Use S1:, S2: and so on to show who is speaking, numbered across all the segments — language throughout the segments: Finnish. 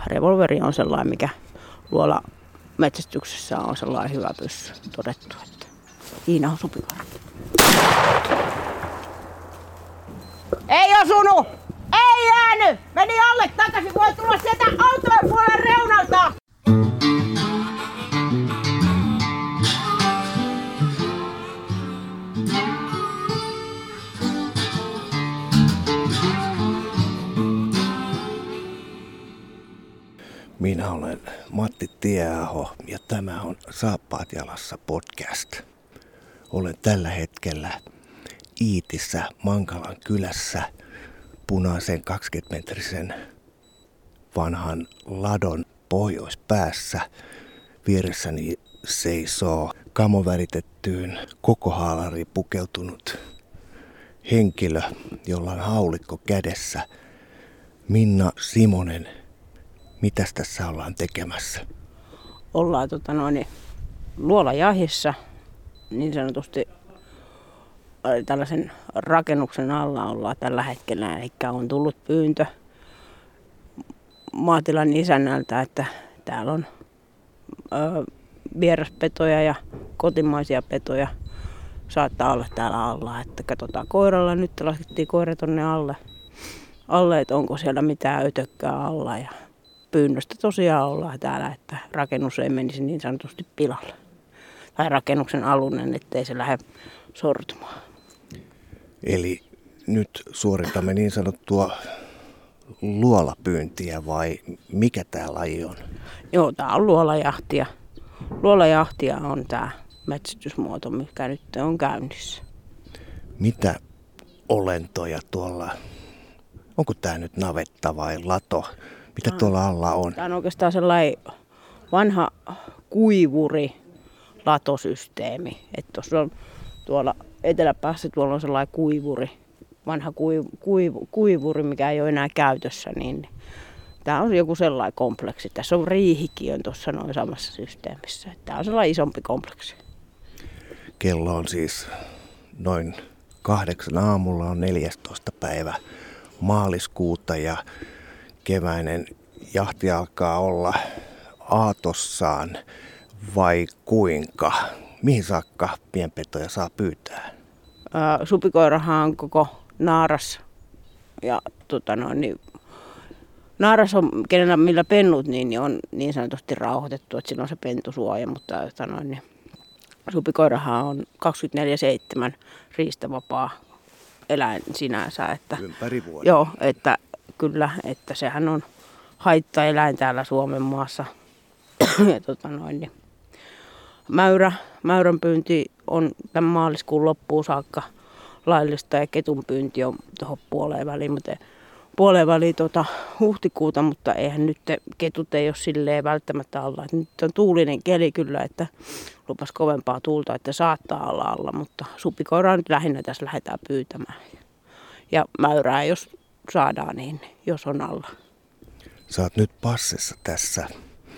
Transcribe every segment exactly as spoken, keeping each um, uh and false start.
S1: revolveri on sellainen, mikä luola metsästyksessä on sellainen hyvä pyssy todettu, että Iina on supikoira. Ei osunut! Ei jäänyt! Meni alle takaisin, voi tulla sieltä autojen puolen reunalta!
S2: Minä olen Matti Tieaho ja tämä on Saappaat jalassa podcast. Olen tällä hetkellä Iitissä Mankalan kylässä punaisen kaksikymmentämetrisen vanhan ladon pohjoispäässä. Vieressäni seisoo kamoväritettyyn koko haalariin pukeutunut henkilö, jolla on haulikko kädessä. Minna Simonen. Mitäs tässä ollaan tekemässä?
S1: Ollaan tota noin, luolajahissa, niin sanotusti tällaisen rakennuksen alla ollaan tällä hetkellä. Eli on tullut pyyntö maatilan isännältä, että täällä on ö, vieraspetoja ja kotimaisia petoja saattaa olla täällä alla. Että katsotaan koiralla, nyt laskettiin koira tonne alle, alle, että onko siellä mitään ötökkää alla. Ja pyynnöstä tosiaan ollaan täällä, että rakennus ei menisi niin sanotusti pilalle. Tai rakennuksen alunen, ettei se lähde sortumaan.
S2: Eli nyt suoritamme niin sanottua luolapyyntiä vai mikä tämä laji on?
S1: Joo, tämä on luolajahtia. Luolajahtia on tämä metsästysmuoto, mikä nyt on käynnissä.
S2: Mitä olentoja tuolla, onko tämä nyt navetta vai lato? Mitä tuolla alla on?
S1: Tämä on oikeastaan sellainen vanha kuivuri latosysteemi. Että tuossa on tuolla eteläpäässä tuolla on sellainen kuivuri, vanha kuiv, kuiv, kuivuri, mikä ei ole enää käytössä. Niin tämä on joku sellainen kompleksi. Tässä on riihikin on tuossa noin samassa systeemissä. Tämä on sellainen isompi kompleksi.
S2: Kello on siis noin kahdeksan aamulla, on neljästoista päivä maaliskuuta ja keväinen jahti alkaa olla aatossaan vai kuinka? Mihin saakka pienpetoja saa pyytää?
S1: Ää, supikoirahan on koko naaras. Ja tota noin, niin, naaras on, kenellä millä pennut, niin, niin on niin sanotusti rauhoitettu, että siinä on se pentusuoja. Mutta tota noin, niin, supikoirahan on kaksikymmentäneljä seitsemän riistavapaa eläin sinänsä. Että,
S2: ympäri vuoden?
S1: Joo, että kyllä, että sehän on haittaeläin täällä Suomen maassa. ja tota noin, niin mäyrä, mäyrän pyynti on tämän maaliskuun loppuun saakka laillista ja ketun pyynti on tuohon puoleen väliin, mutta puoleen väliin tuota huhtikuuta, mutta eihän nyt ketut ei ole silleen välttämättä alla. Et nyt on tuulinen keli kyllä, että lupas kovempaa tuulta, että saattaa olla alla, mutta supikoiraa nyt lähinnä tässä lähdetään pyytämään. Ja mäyrää jos saadaan niin, jos on alla.
S2: Sä oot nyt passissa tässä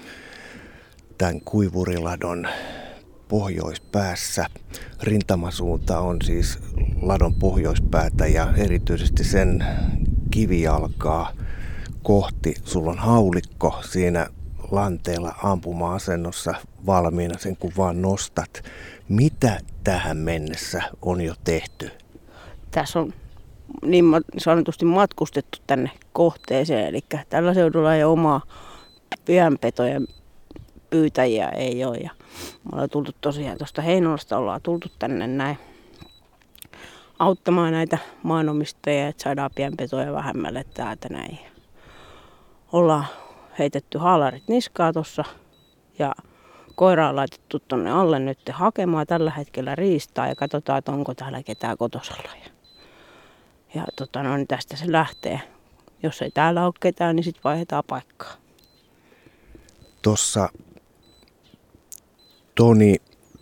S2: tämän kuivuriladon pohjoispäässä. Rintamasuunta on siis ladon pohjoispäätä ja erityisesti sen kivijalkaa kohti. Sulla on haulikko siinä lanteella ampuma-asennossa valmiina sen kun vaan nostat. Mitä tähän mennessä on jo tehty?
S1: Tässä on niin sanotusti matkustettu tänne kohteeseen, eli tällä seudulla ei ole omaa pienpetojen pyytäjiä ei ole. Ja me ollaan tultu tosiaan tuosta Heinolasta, ollaan tultu tänne näin auttamaan näitä maanomistajia, että saadaan pienpetoja vähemmälle täältä näin. Ollaan heitetty haalarit niskaa tuossa ja koira on laitettu tuonne alle nyt hakemaan tällä hetkellä riistaa ja katsotaan, että onko täällä ketään kotosalla. Ja tota, no, niin tästä se lähtee. Jos ei täällä ole ketään, niin sitten vaihdetaan paikkaa.
S2: Tuossa Toni,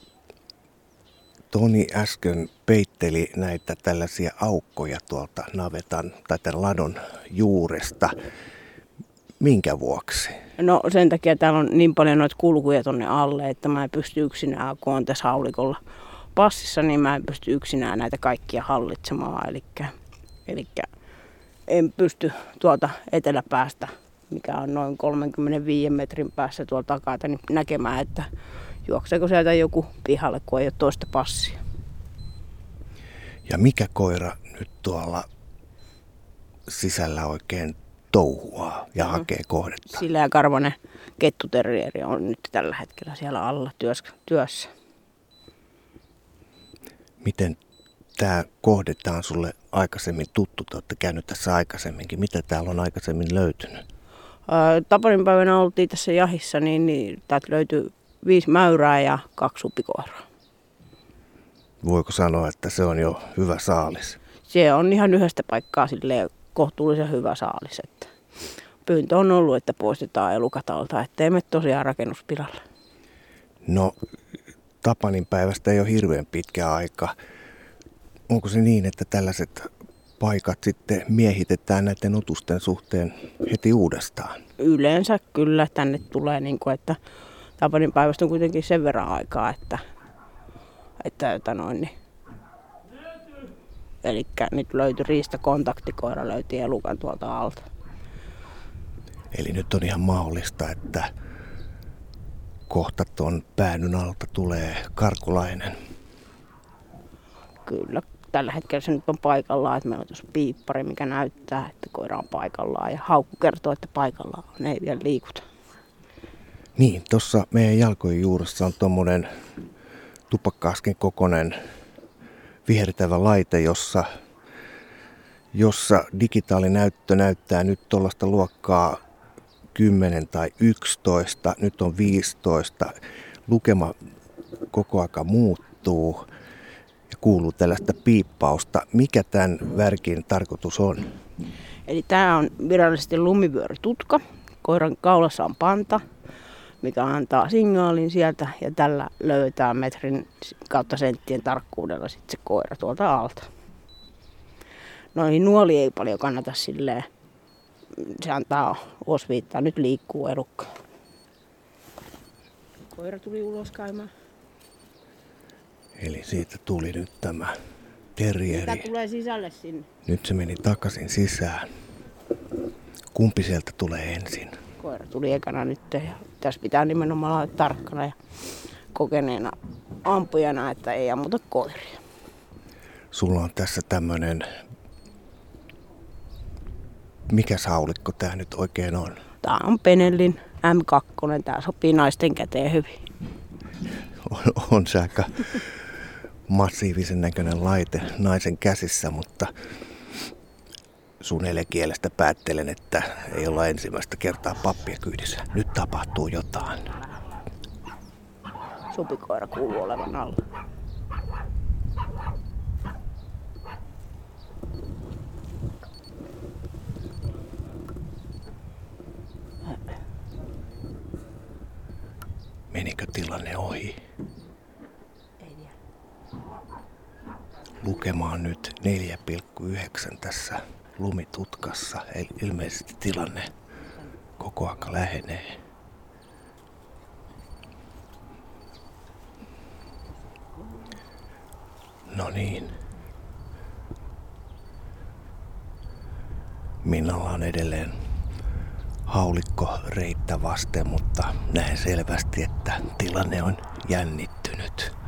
S2: Toni äsken peitteli näitä tällaisia aukkoja tuolta navetan tai tämän ladon juuresta. Minkä vuoksi?
S1: No sen takia täällä on niin paljon noita kulkuja tonne alle, että mä en pysty yksinään, kun on tässä haulikolla passissa, niin mä en pysty yksinään näitä kaikkia hallitsemaan. Eli, eli en pysty tuolta eteläpäästä mikä on noin kolmekymmentäviisi metrin päässä tuolla takaa, niin näkemään, että juokseeko sieltä joku pihalle, kun ei ole toista passia.
S2: Ja mikä koira nyt tuolla sisällä oikein touhuaa ja mm-hmm. hakee kohdetta?
S1: Sillä ja Karvanen kettuterrieri on nyt tällä hetkellä siellä alla työssä. Miten
S2: tämä kohdetta on sulle aikaisemmin tuttu? Te olette käynyt tässä aikaisemminkin. Mitä täällä on aikaisemmin löytynyt?
S1: Tapanin päivänä oltiin tässä jahissa, niin, niin täältä löytyi viisi mäyrää ja kaksi supikoiraa.
S2: Voiko sanoa, että se on jo hyvä saalis?
S1: Se on ihan yhdestä paikkaa silleen kohtuullisen hyvä saalis. Että pyyntö on ollut, että poistetaan elukat alta, ettei mene tosiaan rakennuspilalle.
S2: No, Tapanin päivästä ei ole hirveän pitkä aika. Onko se niin, että tällaiset paikat sitten miehitetään näiden otusten suhteen heti uudestaan?
S1: Yleensä kyllä tänne tulee, niin kuin, että Tapanin päivästä on kuitenkin sen verran aikaa, että, että, että noin, niin. Elikkä nyt löytyi riistakontaktikoira, löytyi elukan tuolta alta.
S2: Eli nyt on ihan mahdollista, että kohta tuon päänyn alta tulee karkulainen.
S1: Kyllä, tällä hetkellä se nyt on paikallaan, että meillä on tuossa piippari, mikä näyttää, että koira on paikallaan. Ja haukku kertoo, että paikallaan on, ei vielä liikuta.
S2: Niin, tuossa meidän jalkojen juuressa on tuommoinen tupakka-asken kokoinen vihertävä laite, jossa, jossa digitaalinäyttö näyttää nyt tuollaista luokkaa kymmenen tai yksitoista, nyt on viisitoista. Lukema koko aika muuttuu ja kuuluu tällaista piippausta. Mikä tämän värkin tarkoitus on?
S1: Eli tämä on virallisesti lumivyörytutka. Koiran kaulassa on panta, mikä antaa signaalin sieltä ja tällä löytää metrin kautta senttien tarkkuudella sitten se koira tuolta alta. Noihin nuoli ei paljon kannata silleen. Se antaa osviittaa. Nyt liikkuu elukka. Koira tuli ulos käymään.
S2: Eli siitä tuli nyt tämä terrieri.
S1: Mitä tulee sisälle sinne?
S2: Nyt se meni takaisin sisään. Kumpi sieltä tulee ensin?
S1: Koira tuli ekana nyt ja tässä pitää nimenomaan olla tarkkana ja kokeneena ampujana, että ei ammuta koiria.
S2: Sulla on tässä tämmönen, mikä haulikko tää nyt oikein on?
S1: Tää on Benellin M kaksi, tää sopii naisten käteen hyvin.
S2: On, on se aika massiivisen näköinen laite naisen käsissä, mutta sun elekielestä päättelen, että ei olla ensimmäistä kertaa pappia kyydissä. Nyt tapahtuu jotain.
S1: Supikoira kuuluu olevan alla.
S2: Menikö tilanne ohi?
S1: Ei vielä.
S2: Lukema on nyt neljä pilkku yhdeksän tässä lumitutkassa. Eli ilmeisesti tilanne koko ajan lähenee. No niin. Minnalla on edelleen haulikko reittä vasten, mutta näen selvästi, että tilanne on jännittynyt.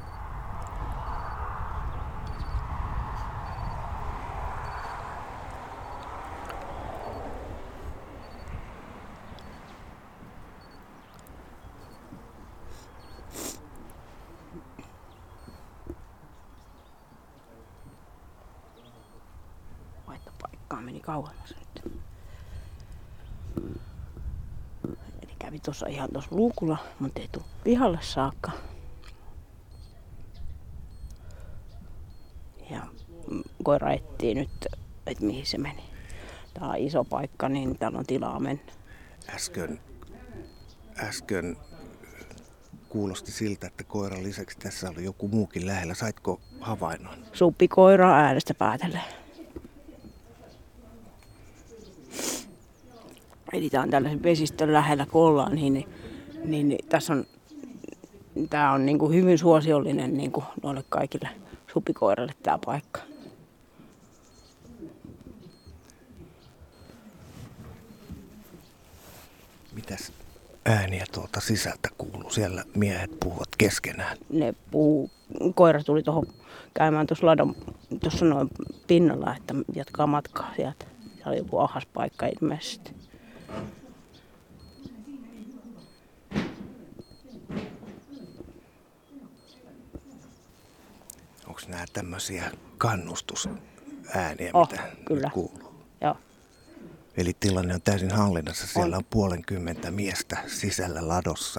S1: Vaihtopaikkaa meni kauemmas nyt. Eli kävi tuossa ihan tuossa luukulla, mutta ei tule pihalle saakka. Ja koira etsii nyt, että mihin se meni. Tää on iso paikka, niin täällä on tilaa mennä.
S2: Äsken, äsken kuulosti siltä, että koiran lisäksi tässä oli joku muukin lähellä. Saitko havainnon?
S1: Supikoira äänestä päätellen. Eli tää on tällaisen vesistön lähellä, kun ollaan, niin, niin, niin, niin tässä on, tää on niin kuin hyvin suosiollinen niin kuin noille kaikille supikoiralle tää paikka.
S2: Mitäs ääniä tuolta sisältä kuuluu? Siellä miehet puhuvat keskenään.
S1: Ne puhuu, koira tuli tuohon käymään tuossa ladon tuossa noin pinnalla, että jatkaa matkaa sieltä. Se oli joku ahas paikka ilmeisesti.
S2: Onko nämä tämmöisiä kannustusääniä,
S1: Oh,
S2: mitä
S1: kyllä.
S2: nyt kuuluu?
S1: Joo.
S2: Eli tilanne on täysin hallinnassa. Siellä on, on puolenkymmentä miestä sisällä ladossa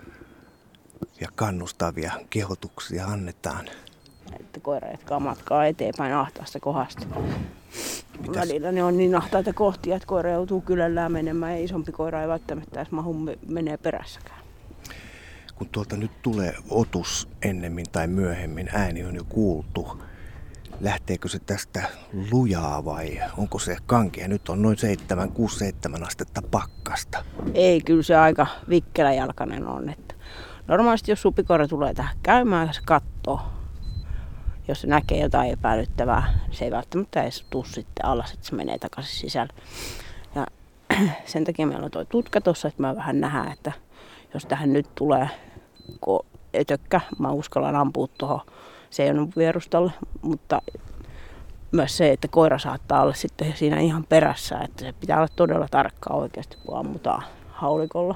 S2: ja kannustavia kehotuksia annetaan.
S1: Että koira jatkaa matkaa eteenpäin ahtaasta kohdasta.
S2: Mitäs?
S1: Välillä ne on niin ahtaita kohtia, että koira joutuu kylällään menemään ja isompi koira ei välttämättä edes mahu menee perässäkään.
S2: Kun tuolta nyt tulee otus ennemmin tai myöhemmin, ääni on jo kuultu. Lähteekö se tästä lujaa vai onko se kankea? Nyt on noin seitsemän, kuusi seitsemän astetta pakkasta.
S1: Ei, kyllä se aika vikkeläjalkainen on. Että normaalisti jos supikoira tulee tähän käymään ja se katsoo, jos se näkee jotain epäilyttävää, se ei välttämättä edes tule sitten alas, että se menee takaisin sisälle. Ja sen takia meillä on tuo tutka tuossa, että mä vähän nähdään, että jos tähän nyt tulee ötökkä, mä uskallan ampua tuohon seinän vierustalle, mutta myös se, että koira saattaa olla sitten siinä ihan perässä, että se pitää olla todella tarkkaa oikeasti, kun ammutaan haulikolla,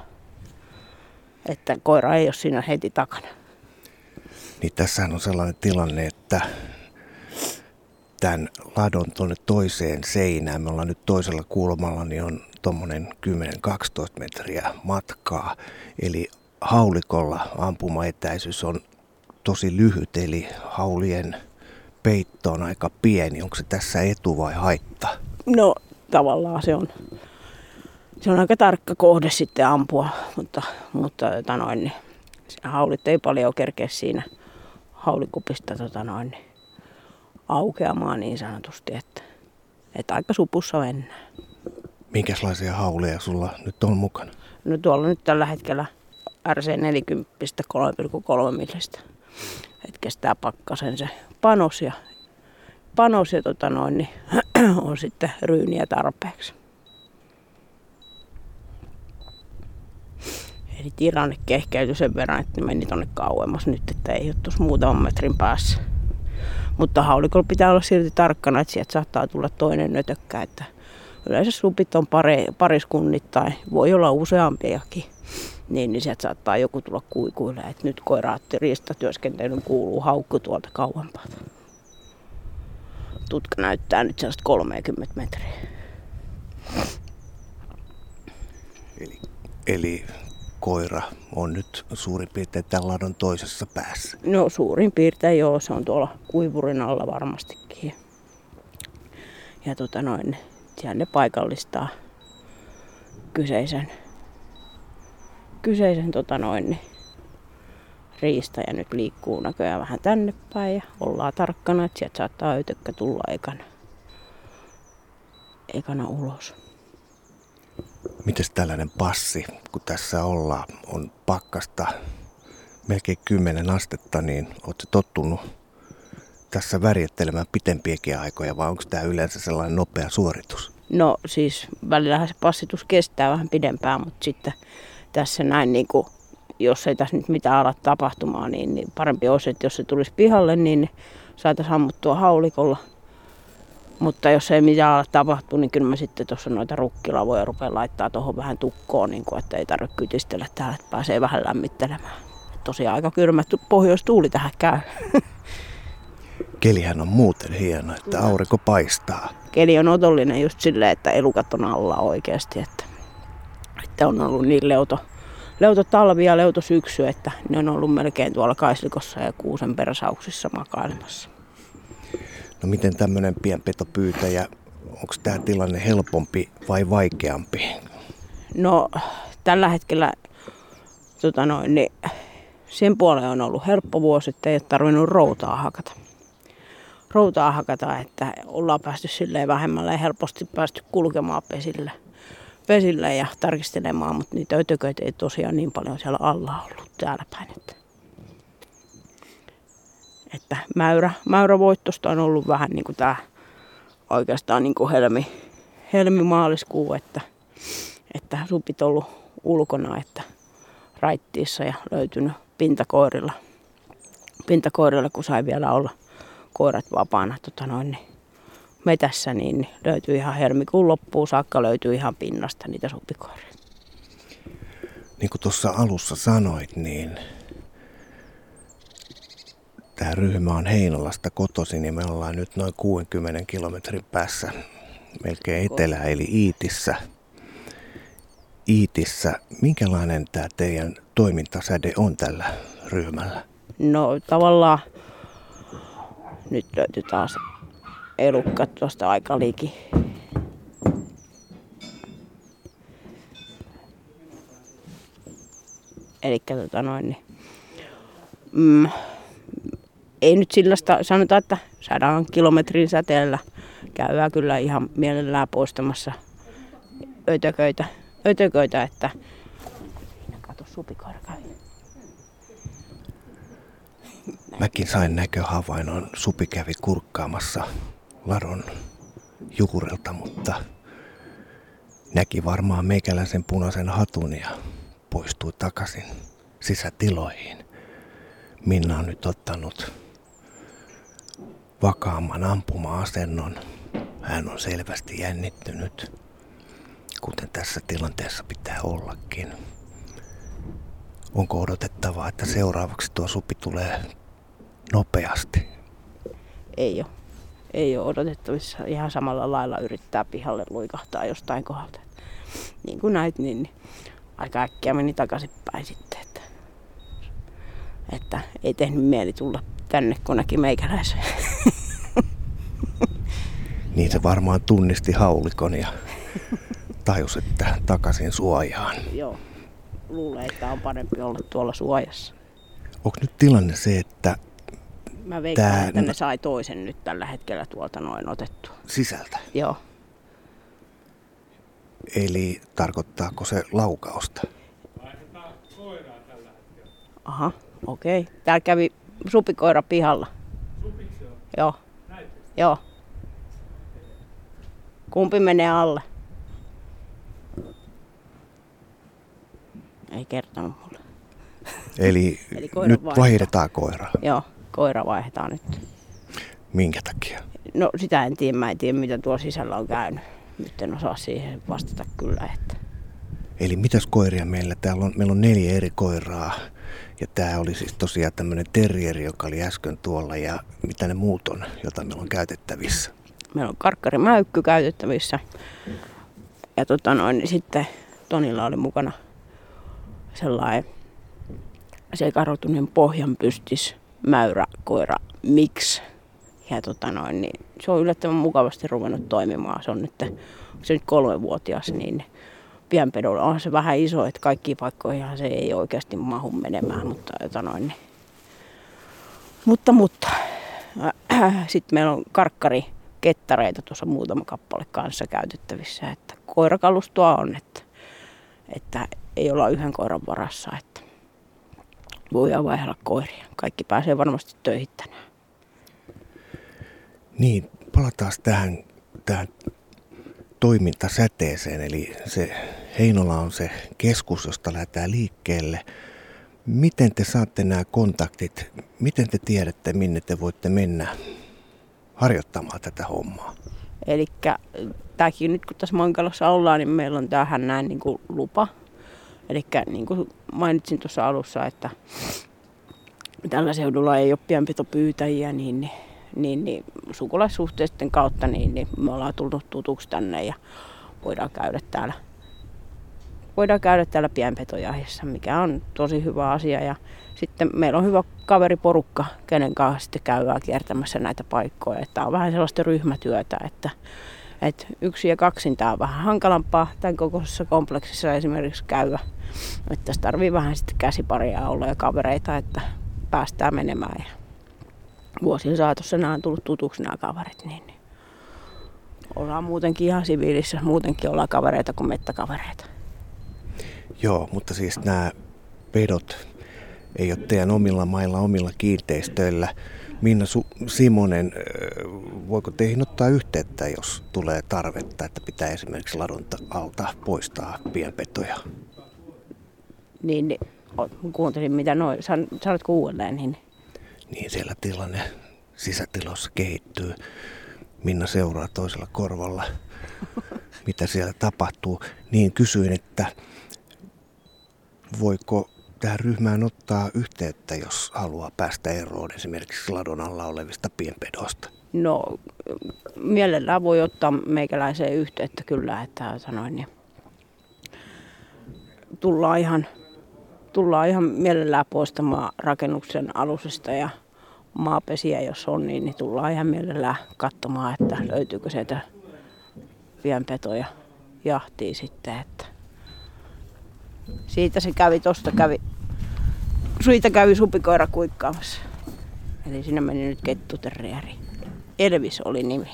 S1: että koira ei ole siinä heti takana.
S2: Niin tässähän on sellainen tilanne, että tämän ladon tuonne toiseen seinään, me ollaan nyt toisella kulmalla, niin on tuommoinen kymmenen kaksitoista metriä matkaa. Eli haulikolla ampumaetäisyys on tosi lyhyt, eli haulien peitto on aika pieni. Onko se tässä etu vai haitta?
S1: No tavallaan se on, se on aika tarkka kohde sitten ampua, mutta, mutta tota noin, niin, haulit ei paljon kerkeä siinä haulikupista tota noin, niin, aukeamaan niin sanotusti, että, että aika supussa mennään.
S2: Minkälaisia hauleja sulla nyt on mukana?
S1: No tuolla nyt tällä hetkellä R C neljäkymmentä kolme pilkku kolme millistä. Että kestää pakkasen se panos ja, panos ja tota noin, niin, on sitten ryyniä tarpeeksi. Eli tilanne kehkeytyi sen verran, että ne meni tonne kauemmas nyt, että ei ole tuossa muutaman metrin päässä. Mutta haulikolla pitää olla silti tarkkana, että sieltä saattaa tulla toinen nötökkä. Että yleensä supit on pari, pariskunnittain, voi olla useampiakin. Niin, niin sieltä saattaa joku tulla kuikuille, että nyt koiraatti riistatyöskentelyyn kuuluu haukku tuolta kauempaa. Tutka näyttää nyt sellaista kolmekymmentä metriä.
S2: Eli, eli koira on nyt suurin piirtein tämän ladon toisessa päässä?
S1: No suurin piirtein joo, se on tuolla kuivurin alla varmastikin. Ja tota noin, siellä ne paikallistaa kyseisen Kyseisen tota noin, niin riista ja nyt liikkuu näköjään vähän tänne päin ja ollaan tarkkana, että sieltä saattaa ötökkä tulla ekana, ekana ulos.
S2: Mites tällainen passi, kun tässä ollaan, on pakkasta melkein kymmenen astetta, niin ootko tottunut tässä värjettelemään pitempiäkin aikoja vai onko tämä yleensä sellainen nopea suoritus?
S1: No siis välillähän se passitus kestää vähän pidempään, mutta sitten tässä näin, niin kuin, jos ei tässä nyt mitään ala tapahtumaan, niin, niin parempi olisi, että jos se tulisi pihalle, niin saataisiin ammuttua haulikolla. Mutta jos ei mitään ala tapahtua, niin kyllä mä sitten tuossa noita rukkilavoja rupean laittaa tuohon vähän tukkoon, niin kuin, että ei tarvitse kytistellä täällä, että pääsee vähän lämmittelemään. Tosiaan aika kylmä pohjoistuuli tähän käy.
S2: Kelihän on muuten hieno, että aurinko paistaa.
S1: Keli on otollinen just silleen, että elukat on alla oikeasti, että Että on ollut niin leuto, leuto talvi ja leuto syksy, että ne on ollut melkein tuolla kaislikossa ja kuusen persauksissa makailemassa.
S2: No miten tämmöinen pienpetopyytäjä, onko tämä tilanne helpompi vai vaikeampi?
S1: No tällä hetkellä tota noin, niin sen puoleen on ollut helppo vuosi, että ei ole tarvinnut routaa hakata. Routaa hakata, että ollaan päästy silleen vähemmällä ja helposti päästy kulkemaan pesille. pesille ja tarkistelemaan, mutta niitä ötököitä ei tosiaan niin paljon siellä alla ollut täällä päin. Että, että mäyrä, mäyrävoittosta on ollut vähän niin kuin tämä oikeastaan niin kuin helmi, helmi-maaliskuu, että, että supit on ollut ulkona, että raittiissa ja löytynyt pintakoirilla. Pintakoirilla, kun sai vielä olla koirat vapaana tota noin, niin metässä, niin löytyy ihan helmikuun loppuun saakka löytyy ihan pinnasta niitä supikoiria.
S2: Niin kuin tuossa alussa sanoit, niin tämä ryhmä on Heinolasta kotoisin ja me ollaan nyt noin kuudenkymmenen kilometrin päässä melkein etelä eli Iitissä. Iitissä. Minkälainen tämä teidän toimintasäde on tällä ryhmällä?
S1: No tavallaan nyt löytyy taas elukkat tuosta aika liki. Elikkä tota noin, niin, mm, ei nyt sillasta sanota, että sadan kilometrin säteellä käydään kyllä ihan mielellään poistamassa ötököitä, ötököitä että kato supikoira käy.
S2: Mäkin sain näköhavainnon, supi kävi kurkkaamassa ladon juurelta, mutta näki varmaan meikäläisen punaisen hatun ja poistui takaisin sisätiloihin. Minna on nyt ottanut vakaamman ampuma-asennon. Hän on selvästi jännittynyt, kuten tässä tilanteessa pitää ollakin. Onko odotettavaa, että seuraavaksi tuo supi tulee nopeasti?
S1: Ei ole. Ei ole odotettavissa. Ihan samalla lailla yrittää pihalle luikahtaa jostain kohdalta. Niin kuin näit, niin aika äkkiä meni takaisinpäin sitten. Että, että ei tehnyt mieli tulla tänne, kun näki meikäläisen.
S2: Niin se varmaan tunnisti haulikon ja tajus, että takaisin suojaan.
S1: Joo. Luulen, että on parempi olla tuolla suojassa.
S2: Onko nyt tilanne se, että
S1: mä veikkaan,
S2: tää...
S1: että ne sai toisen nyt tällä hetkellä tuolta noin otettua.
S2: Sisältä?
S1: Joo.
S2: Eli tarkoittaako se laukausta?
S3: Laitetaan koiraa tällä hetkellä.
S1: Aha, okei. Okay. Täällä kävi supikoira pihalla.
S3: Supiksi on?
S1: Joo.
S3: Näitkö?
S1: Joo. Kumpi menee alle? Ei kertonut mulle.
S2: Eli,
S1: Eli koira
S2: nyt
S1: vaihdetaan.
S2: vaihdetaan koiraa.
S1: Joo, koira vaihdetaan nyt.
S2: Minkä takia?
S1: No sitä en tiedä, mä en tiedä mitä tuolla sisällä on käynyt. Nyt en osaa siihen vastata kyllä. Että...
S2: Eli mitäs koiria meillä? Täällä on, meillä on neljä eri koiraa. Ja tää oli siis tosiaan tämmönen terrieri, joka oli äsken tuolla. Ja mitä ne muut on, jota meillä on käytettävissä?
S1: Meillä on karkkarimäykky käytettävissä. Ja tota noin, sitten Tonilla oli mukana sellainen sekarotuneen pohjanpystis mäyräkoira mix. Ja tota noin, niin se on yllättävän mukavasti ruvennut toimimaan. Se on nyt, se nyt kolmevuotias, niin pienpedolla on se vähän iso, että kaikkiin paikkoihin se ei oikeasti mahu menemään. Mutta, tota noin, niin. mutta, mutta. Sitten meillä on karkkarikettareita tuossa muutama kappale kanssa käytettävissä. Että koirakalustoa on, että, että ei olla yhden koiran varassa, että voidaan vaihdella koiria. Kaikki pääsee varmasti töihin tänään.
S2: Niin, palataan tähän, tähän toimintasäteeseen. Eli se Heinola on se keskus, josta lähdetään liikkeelle. Miten te saatte nämä kontaktit? Miten te tiedätte, minne te voitte mennä harjoittamaan tätä hommaa?
S1: Elikkä tämäkin nyt kun tässä Mankalossa ollaan, niin meillä on tähän näin niin kuin lupa. Elikkä niin kuin mainitsin tuossa alussa, että tällä seudulla ei ole pienpitopyytäjiä, niin, niin, niin, niin sukulaissuhteisten kautta niin, niin me ollaan tullut tutuksi tänne ja voidaan käydä täällä, voidaan käydä täällä pienpetojahissa, mikä on tosi hyvä asia. Ja sitten meillä on hyvä kaveriporukka, kenen kanssa sitten käydään kiertämässä näitä paikkoja. Tämä on vähän sellaista ryhmätyötä, että, että yksi ja kaksin tämä on vähän hankalampaa tämän kokoisessa kompleksissa esimerkiksi käydä. Että tässä tarvii vähän sitten käsiparia olla ja kavereita, että päästään menemään. Ja vuosien saatossa nämä on tullut tutuksi nämä kaverit, niin, niin ollaan muutenkin ihan siviilissä, muutenkin ollaan kavereita kuin mettäkavereita.
S2: Joo, mutta siis nämä pedot ei ole teidän omilla mailla, omilla kiinteistöillä. Minna Su- Simonen, voiko teihin ottaa yhteyttä, jos tulee tarvetta, että pitää esimerkiksi ladon alta poistaa pienpetoja?
S1: Niin, niin kuuntelin mitä noin, San, sanotko uudelleen? Niin.
S2: Niin siellä tilanne sisätiloissa kehittyy. Minna seuraa toisella korvalla, mitä siellä tapahtuu. Niin kysyin, että voiko tähän ryhmään ottaa yhteyttä, jos haluaa päästä eroon esimerkiksi ladon alla olevista pienpedoista?
S1: No, mielellään voi ottaa meikäläiseen yhteyttä kyllä, että sanoin, niin tullaan ihan, tullaan ihan mielellään poistamaan rakennuksen alusesta ja maapesiä, jos on, niin, niin tullaan ihan mielellään katsomaan, että löytyykö sieltä pienpetoja jahtiin sitten, että siitä se kävi, tosta kävi, siitä kävi supikoira kuikkaamassa. Eli sinne meni nyt kettuterrieri. Elvis oli nimi.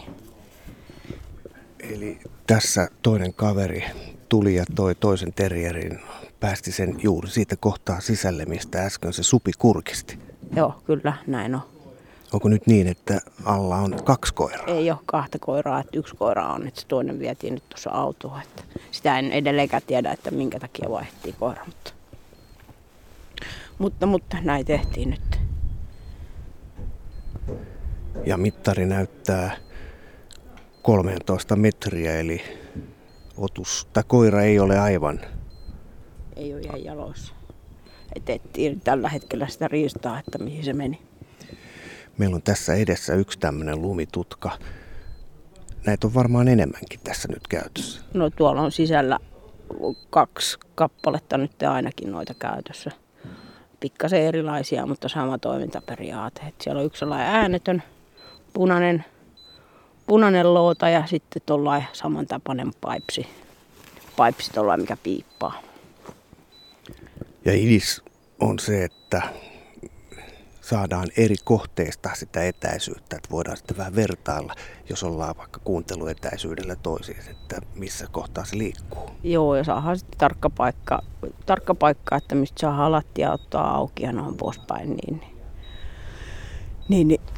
S2: Eli tässä toinen kaveri tuli ja toi toisen terrierin, päästi sen juuri siitä kohtaa sisälle, mistä äsken se supi kurkisti.
S1: Joo, kyllä, näin on.
S2: Onko nyt niin, että alla on kaksi koiraa?
S1: Ei ole kahta koiraa, että yksi koira on, että se toinen vietiin nyt tuossa autoon. Että sitä en edelleenkään tiedä, että minkä takia vaihdettiin koira, mutta, mutta, mutta näin tehtiin nyt.
S2: Ja mittari näyttää kolmetoista metriä, eli otus, tai koira ei ole aivan.
S1: Ei ole ihan jaloissa. Et ettiin tällä hetkellä sitä riistaa, että mihin se meni.
S2: Meillä on tässä edessä yksi tämmöinen lumitutka. Näitä on varmaan enemmänkin tässä nyt käytössä.
S1: No tuolla on sisällä kaksi kappaletta nyt ainakin noita käytössä. Pikkasen erilaisia, mutta sama toimintaperiaate. Et siellä on yksi sellainen äänetön punainen, punainen loota ja sitten tuollainen samantapainen paipsi. Paipsi tuollainen, mikä piippaa.
S2: Ja idis on se, että saadaan eri kohteista sitä etäisyyttä, että voidaan sitten vähän vertailla, jos ollaan vaikka kuunteluetäisyydellä toisiin, että missä kohtaa se liikkuu.
S1: Joo, ja saadaan sitten tarkka paikka, tarkka paikka, että mistä saadaan lattia ottaa auki ja noin poispäin. Niin, niin, niin.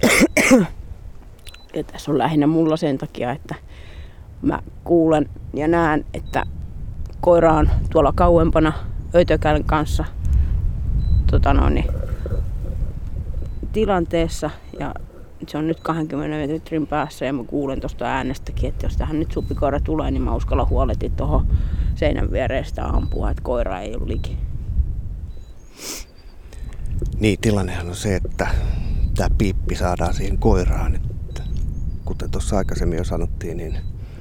S1: Ja tässä on lähinnä mulla sen takia, että mä kuulen ja näen, että koira on tuolla kauempana ötökän kanssa tota noin, niin, tilanteessa ja se on nyt kaksikymmentä metrin päässä ja mä kuulen tuosta äänestäkin, että jos tähän nyt supikoira tulee, niin mä uskallan huoletin tuohon seinän viereen sitä ampua, että koira ei ole liki.
S2: Niin, tilannehan on se, että tämä piippi saadaan siihen koiraan. Että, kuten tuossa aikaisemmin jo sanottiin, niin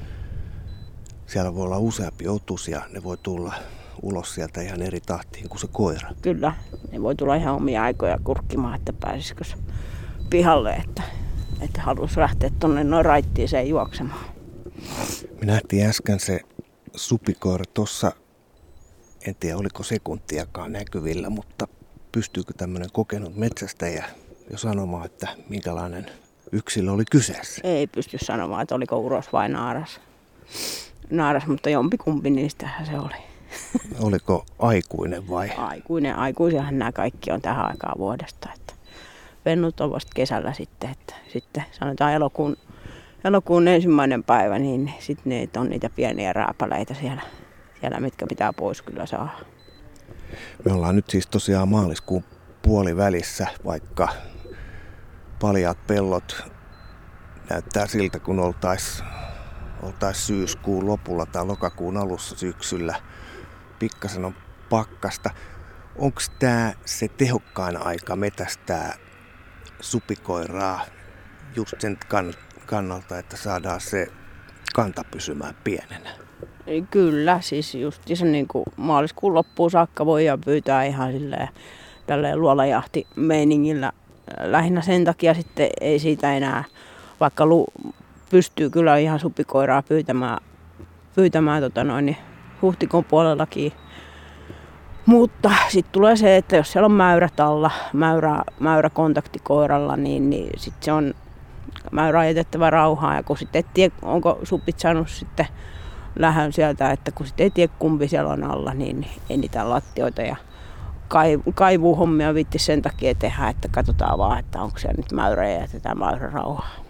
S2: siellä voi olla useampi otus ja ne voi tulla ulos sieltä ihan eri tahtiin kuin se koira.
S1: Kyllä, ne voi tulla ihan omia aikoja kurkkimaan, että pääsisikö pihalle, että, että haluaisi lähteä tuonne noin raittiiseen juoksemaan.
S2: Me nähtiin äsken se supikoira tuossa, en tiedä oliko sekuntiakaan näkyvillä, mutta pystyykö tämmöinen kokenut metsästäjä jo sanomaan, että minkälainen yksilö oli kyseessä?
S1: Ei pysty sanomaan, että oliko uros vai naaras. Naaras, mutta jompikumpi niistähän se oli.
S2: Oliko aikuinen vai?
S1: Aikuinen. Aikuisiahan nämä kaikki on tähän aikaan vuodesta. Että pennut on vasta kesällä sitten, että sitten sanotaan elokuun, elokuun ensimmäinen päivä, niin sitten niitä on niitä pieniä rääpäleitä siellä, siellä, mitkä pitää pois kyllä saada.
S2: Me ollaan nyt siis tosiaan maaliskuun puolivälissä, vaikka paljaat pellot näyttää siltä, kun oltaisiin oltais syyskuun lopulla tai lokakuun alussa syksyllä. Pikkasen on pakkasta. Onko tämä se tehokkain aika metästää supikoiraa just sen kannalta, että saadaan se kanta pysymään pienenä?
S1: Kyllä, siis just se niin kuin maaliskuun loppuun saakka voidaan pyytää ihan silleen, tälleen luolajahti-meiningillä. Lähinnä sen takia sitten ei siitä enää, vaikka lu, pystyy kyllä ihan supikoiraa pyytämään, pyytämään tota noin, niin huhtikuun puolellakin. Mutta sitten tulee se, että jos siellä on mäyrät alla, mäyrä, mäyrä kontaktikoiralla, niin, niin sitten se on mäyrä on jätettävä rauhaan. Ja kun sitten et tiedä, onko supit saanut sitten lähön sieltä, että kun sitten ei tiedä kumpi siellä on alla, niin ei niitä lattioita ja kaivuuhommia viitti sen takia tehdä, että katsotaan vaan, että onko siellä nyt mäyrä ja jätetään mäyrä rauhaan.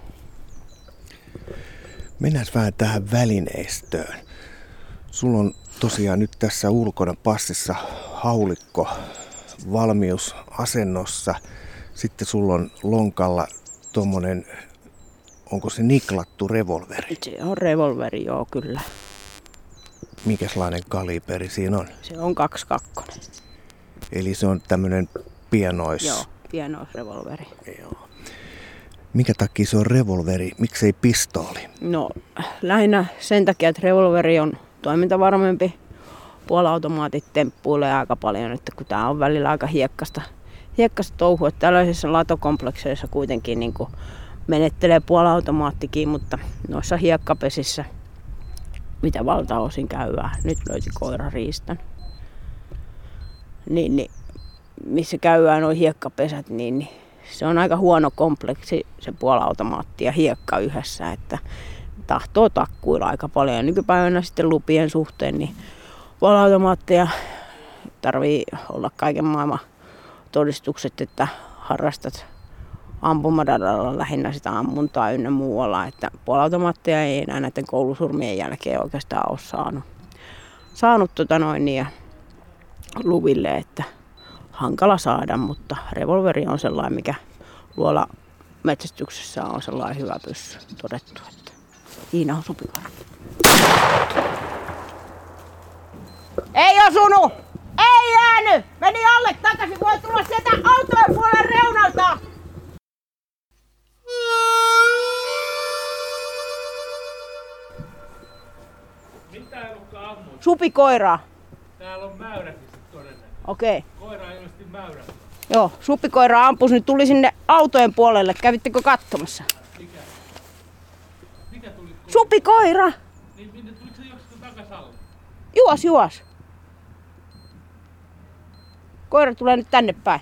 S2: Mennään vähän tähän välineistöön. Sulla on tosiaan nyt tässä ulkona passissa haulikko valmiusasennossa. Sitten sulla on lonkalla tommonen, onko se niklattu revolveri?
S1: Se on revolveri, joo kyllä.
S2: Mikäslainen kaliberi siinä on?
S1: Se on kaksikymmentäkaksi.
S2: Eli se on tämmönen pienois.
S1: Joo, pienoisrevolveri.
S2: Joo. Minkä takia se on revolveri? Miksei pistooli?
S1: No lähinnä sen takia, että revolveri on toimintavarmempi. Puoliautomaatit temppuilee aika paljon, että kun tää on välillä aika hiekkasta, hiekkasta touhua. Tällaisissa latokomplekseissa kuitenkin niin kuin menettelee puoliautomaattikin, mutta noissa hiekkapesissä, mitä valtaosin käydään, nyt löysi koira riistän, niin, niin missä käydään nuo hiekkapesät, niin, niin se on aika huono kompleksi se puoliautomaatti ja hiekka yhdessä, että tahtoo takkuilla aika paljon. Ja nykypäivänä sitten lupien suhteen, niin puoliautomaatteja tarvii olla kaiken maailman todistukset, että harrastat ampumaradalla lähinnä sitä ammuntaa ynnä muualla, että puoliautomaatteja ei enää näiden koulusurmien jälkeen oikeastaan ole saanut, saanut tota noin ja luville, että hankala saada, mutta revolveri on sellainen, mikä luola metsästyksessä on sellainen hyvä pyssy todettu, että Iina on supikoira. Ei osunut! Ei jäänyt! Meni alle takaisin, voi tulla sieltä autojen puolen reunalta!
S3: Mitä ei ollutkaan ammuit?
S1: Supikoiraa.
S3: Täällä on mäyräkin sit todennäköisesti.
S1: Okei. Okay.
S3: Koira ei ilmeisesti mäyrässä.
S1: Joo, supikoira ampus, nyt tuli sinne autojen puolelle. Kävittekö katsomassa?
S3: Mikä? Mikä tuli? Ko-
S1: Supikoira!
S3: niin minne tuliko se juoksesta takas alle?
S1: Juos, juos. Koira tulee nyt tänne päin.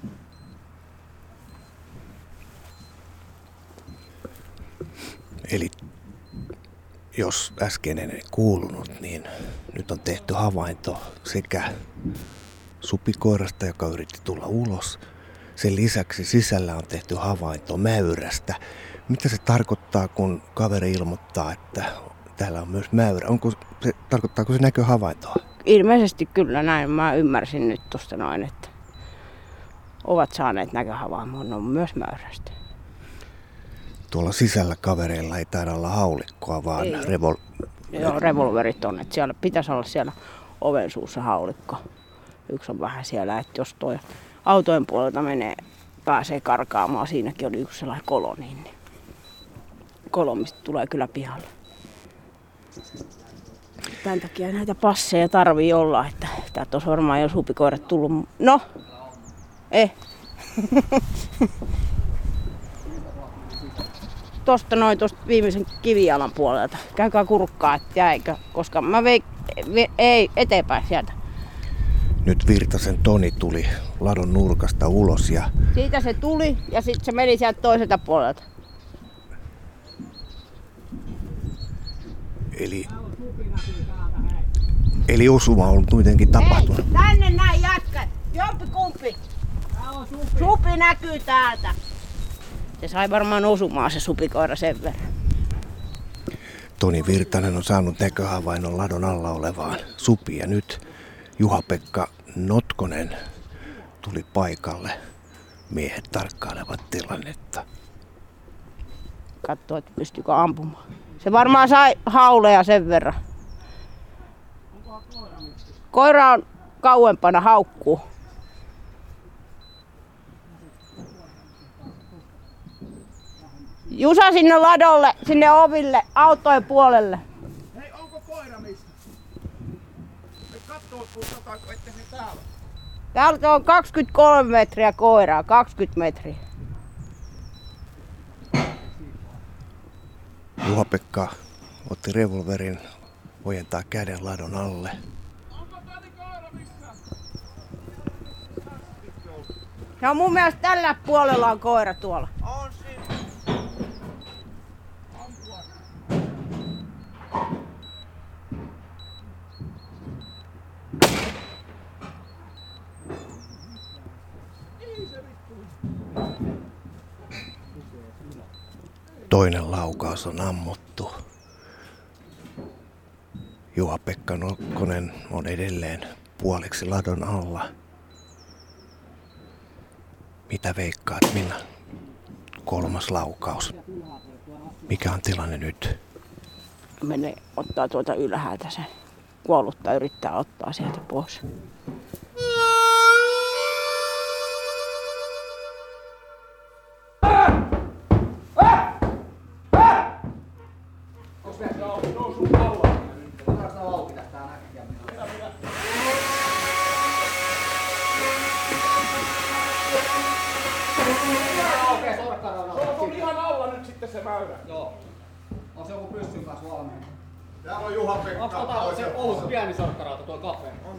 S2: Eli jos äsken en kuulunut, niin nyt on tehty havainto sekä supikoirasta, joka yritti tulla ulos. Sen lisäksi sisällä on tehty havainto mäyrästä. Mitä se tarkoittaa, kun kaveri ilmoittaa, että täällä on myös mäyrä? Onko se, tarkoittaako se näköhavaintoa?
S1: Ilmeisesti kyllä näin. Mä ymmärsin nyt tosta noin, että ovat saaneet näköhavainnon on myös mäyrästä.
S2: Tuolla sisällä kavereilla ei taida olla haulikkoa, vaan
S1: Ei.
S2: revol...
S1: Joo, revolverit on, että siellä pitäisi olla siellä oven suussa haulikko. Yksi on vähän siellä, että jos toi autojen puolelta menee, pääsee karkaamaan, siinäkin oli yksi sellainen kolo, niin niin kolomista tulee kyllä pihalle. Tämän takia näitä passeja tarvii olla, että täältä olisi varmaan jo supikoirat tullut. No, eh. Tosta noin tosta viimeisen kivijalan puolelta. Käykää kurkkaa, että jäikö, koska mä vein, ve, ei, eteenpäin sieltä.
S2: Nyt Virtasen Toni tuli ladon nurkasta ulos ja...
S1: Siitä se tuli ja sitten se meni sieltä toiselta puolelta.
S2: Eli... Eli osuma on kuitenkin tapahtunut.
S1: Hei, tänne näin jätkät! Jompikumpi! Supi näkyy täältä. Se sai varmaan osumaan se supikoira sen verran.
S2: Toni Virtanen on saanut näköhavainnon ladon alla olevaan supiin ja nyt Juha-Pekka Notkonen tuli paikalle. Miehet tarkkailevat tilannetta.
S1: Katso, että pystyykö ampumaan. Se varmaan sai hauleja sen verran. Koira on kauempana, haukkuu. Jusa sinne ladolle, sinne oville, autojen puolelle.
S4: Hei, onko koira missä? Me kattoo tuolta takaa, ettei ne täällä.
S1: Täältä on kaksikymmentäkolme metriä koiraa, kaksikymmentä metriä.
S2: Juha-Pekka otti revolverin, ojentaa käden ladon alle.
S4: Onko täällä koira missä?
S1: Ja mun mielestä tällä puolella on koira tuolla.
S4: On siinä. Ampua. Niin se vittu.
S2: Toinen laukaus on ammuttu. Juha-Pekka Notkonen on edelleen puoliksi ladon alla. Mitä veikkaat, Minna? Kolmas laukaus. Mikä on tilanne nyt?
S1: Menee ottaa tuota ylhäältä sen. Kuollutta yrittää ottaa sieltä pois.
S5: On se joku pyssyn kanssa valmiina.
S4: Täällä on Juha-Pekka.
S5: Onko tota se Oulun pieni sorkkarauta tuo kapea? On.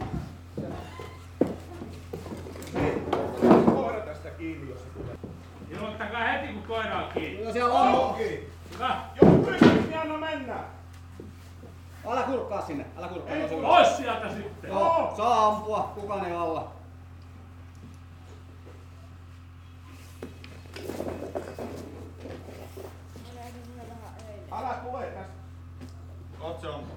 S4: Koira tästä kiinni, jos se tulee.
S3: Ilmoittakaa heti, kun koira on kiinni.
S5: No siellä on.
S4: Onkin.
S3: Hyvä.
S4: Jos pystyt, niin anna mennä.
S5: Älä kurkkaa sinne. Älä kurkkaa.
S4: Ei,
S5: Ei,
S4: kun-
S3: Pois sieltä sitten.
S5: Joo, saa ampua. Kukaan ei alla.
S4: Älä tule tästä. Otse on.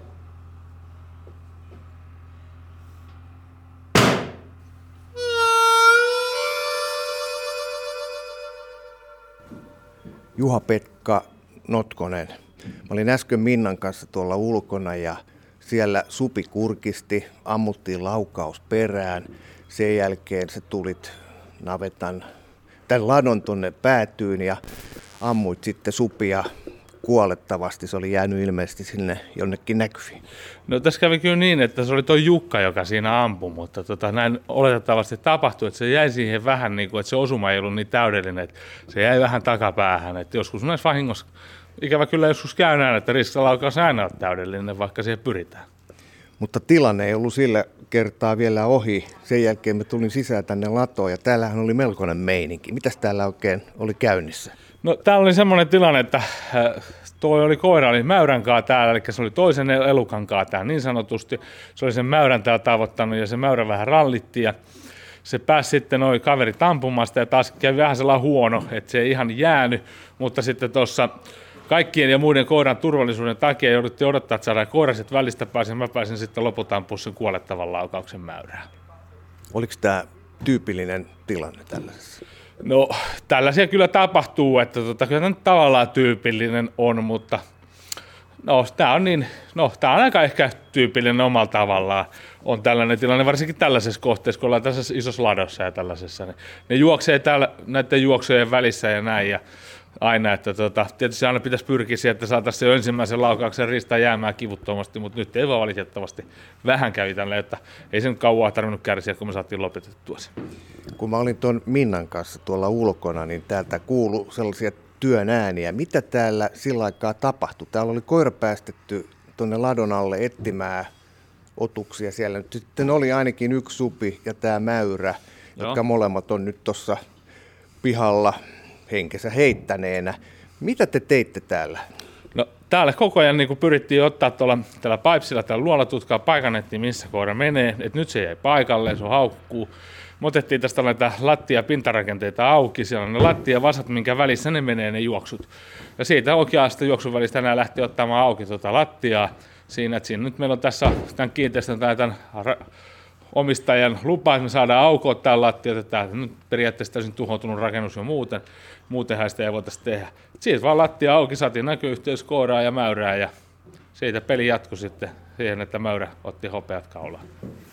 S2: Juha-Pekka Notkonen. Mä olin äsken Minnan kanssa tuolla ulkona ja siellä supi kurkisti, ammuttiin laukaus perään. Sen jälkeen sä tulit navetan, tämän ladon tonne päätyyn ja ammuit sitten supia kuolettavasti. Se oli jäänyt ilmeisesti sinne jonnekin näkyviin.
S3: No tässä kävi kyllä niin, että se oli tuo Jukka, joka siinä ampui, mutta tota, näin oletettavasti tapahtui, että se jäi siihen vähän niin kuin, että se osuma ei ollut niin täydellinen, että se jäi vähän takapäähän. Että joskus näissä vahingossa, ikävä kyllä joskus käy näin, että riskalaukaus aina on täydellinen, vaikka siihen pyritään.
S2: Mutta tilanne ei ollut sillä kertaa vielä ohi. Sen jälkeen me tulin sisään tänne latoon ja täällähän oli melkoinen meininki. Mitäs täällä oikein oli käynnissä?
S3: No täällä oli semmoinen tilanne, että äh, toi oli koira, oli mäyränkaa täällä, eli se oli toisen elukankaa täällä niin sanotusti. Se oli sen mäyrän täällä tavoittanut ja se mäyrä vähän rallitti ja se pääsi sitten noi kaverit ampumasta ja taas kävi vähän sellainen huono, että se ei ihan jäänyt, mutta sitten tuossa kaikkien ja muiden koiran turvallisuuden takia jouduttiin odottaa, että saadaan koiraset välistä pääsin. Mä pääsin sitten lopulta ampumaan sen kuolettavan laukauksen mäyrää.
S2: Oliko tämä tyypillinen tilanne tällaisessa?
S3: No tällaisia kyllä tapahtuu, että tota, kyllä tämä nyt tavallaan tyypillinen on, mutta no tämä on, niin, no, tää on aika ehkä tyypillinen omalla tavallaan. On tällainen tilanne, varsinkin tällaisessa kohteessa, kun ollaan tässä isossa ladossa ja tällaisessa. Niin ne juoksee täällä näiden juoksujen välissä ja näin ja aina, että tota, tietysti aina pitäisi pyrkiä siihen, että saataisiin se ensimmäisen laukauksen ristaa jäämään kivuttomasti, mutta nyt ei vaan valitettavasti vähän kävi tälle, että ei se nyt kauan tarvinnut kärsiä, kun me saatiin lopetettua se.
S2: Kun mä olin tuon Minnan kanssa tuolla ulkona, niin täältä kuului sellaisia työn ääniä. Mitä täällä sillä aikaa tapahtui? Täällä oli koira päästetty tuonne ladon alle etsimään otuksia siellä. Nyt sitten oli ainakin yksi supi ja tämä mäyrä,
S3: Joo.
S2: jotka molemmat on nyt tuossa pihalla henkensä heittäneenä. Mitä te teitte täällä?
S3: No täällä koko ajan niin pyrittiin ottaa tuolla tällä paipsilla, tällä luolatutkaa paikannettiin, missä koira menee. Et nyt se jäi paikalle, se haukkuu. Me otettiin tästä näitä lattia-pintarakenteita auki, siellä on ne lattiavasat, minkä välissä ne menee ne juoksut. Ja siitä oikeasta juoksun välistä nämä lähti ottamaan auki tuota lattiaa. Siinä, että siinä nyt meillä on tässä tämän kiinteistön tai tämän omistajan lupa, että me saadaan aukoa tämän lattia, että tämä nyt periaatteessa täysin tuhoutunut rakennus jo muuten. Muutenhan sitä ei voitaisiin tehdä. Siitä vaan lattia auki, saatiin näköyhteys kooraa ja mäyrää ja siitä peli jatkui sitten siihen, että mäyrä otti hopeat kaulaan.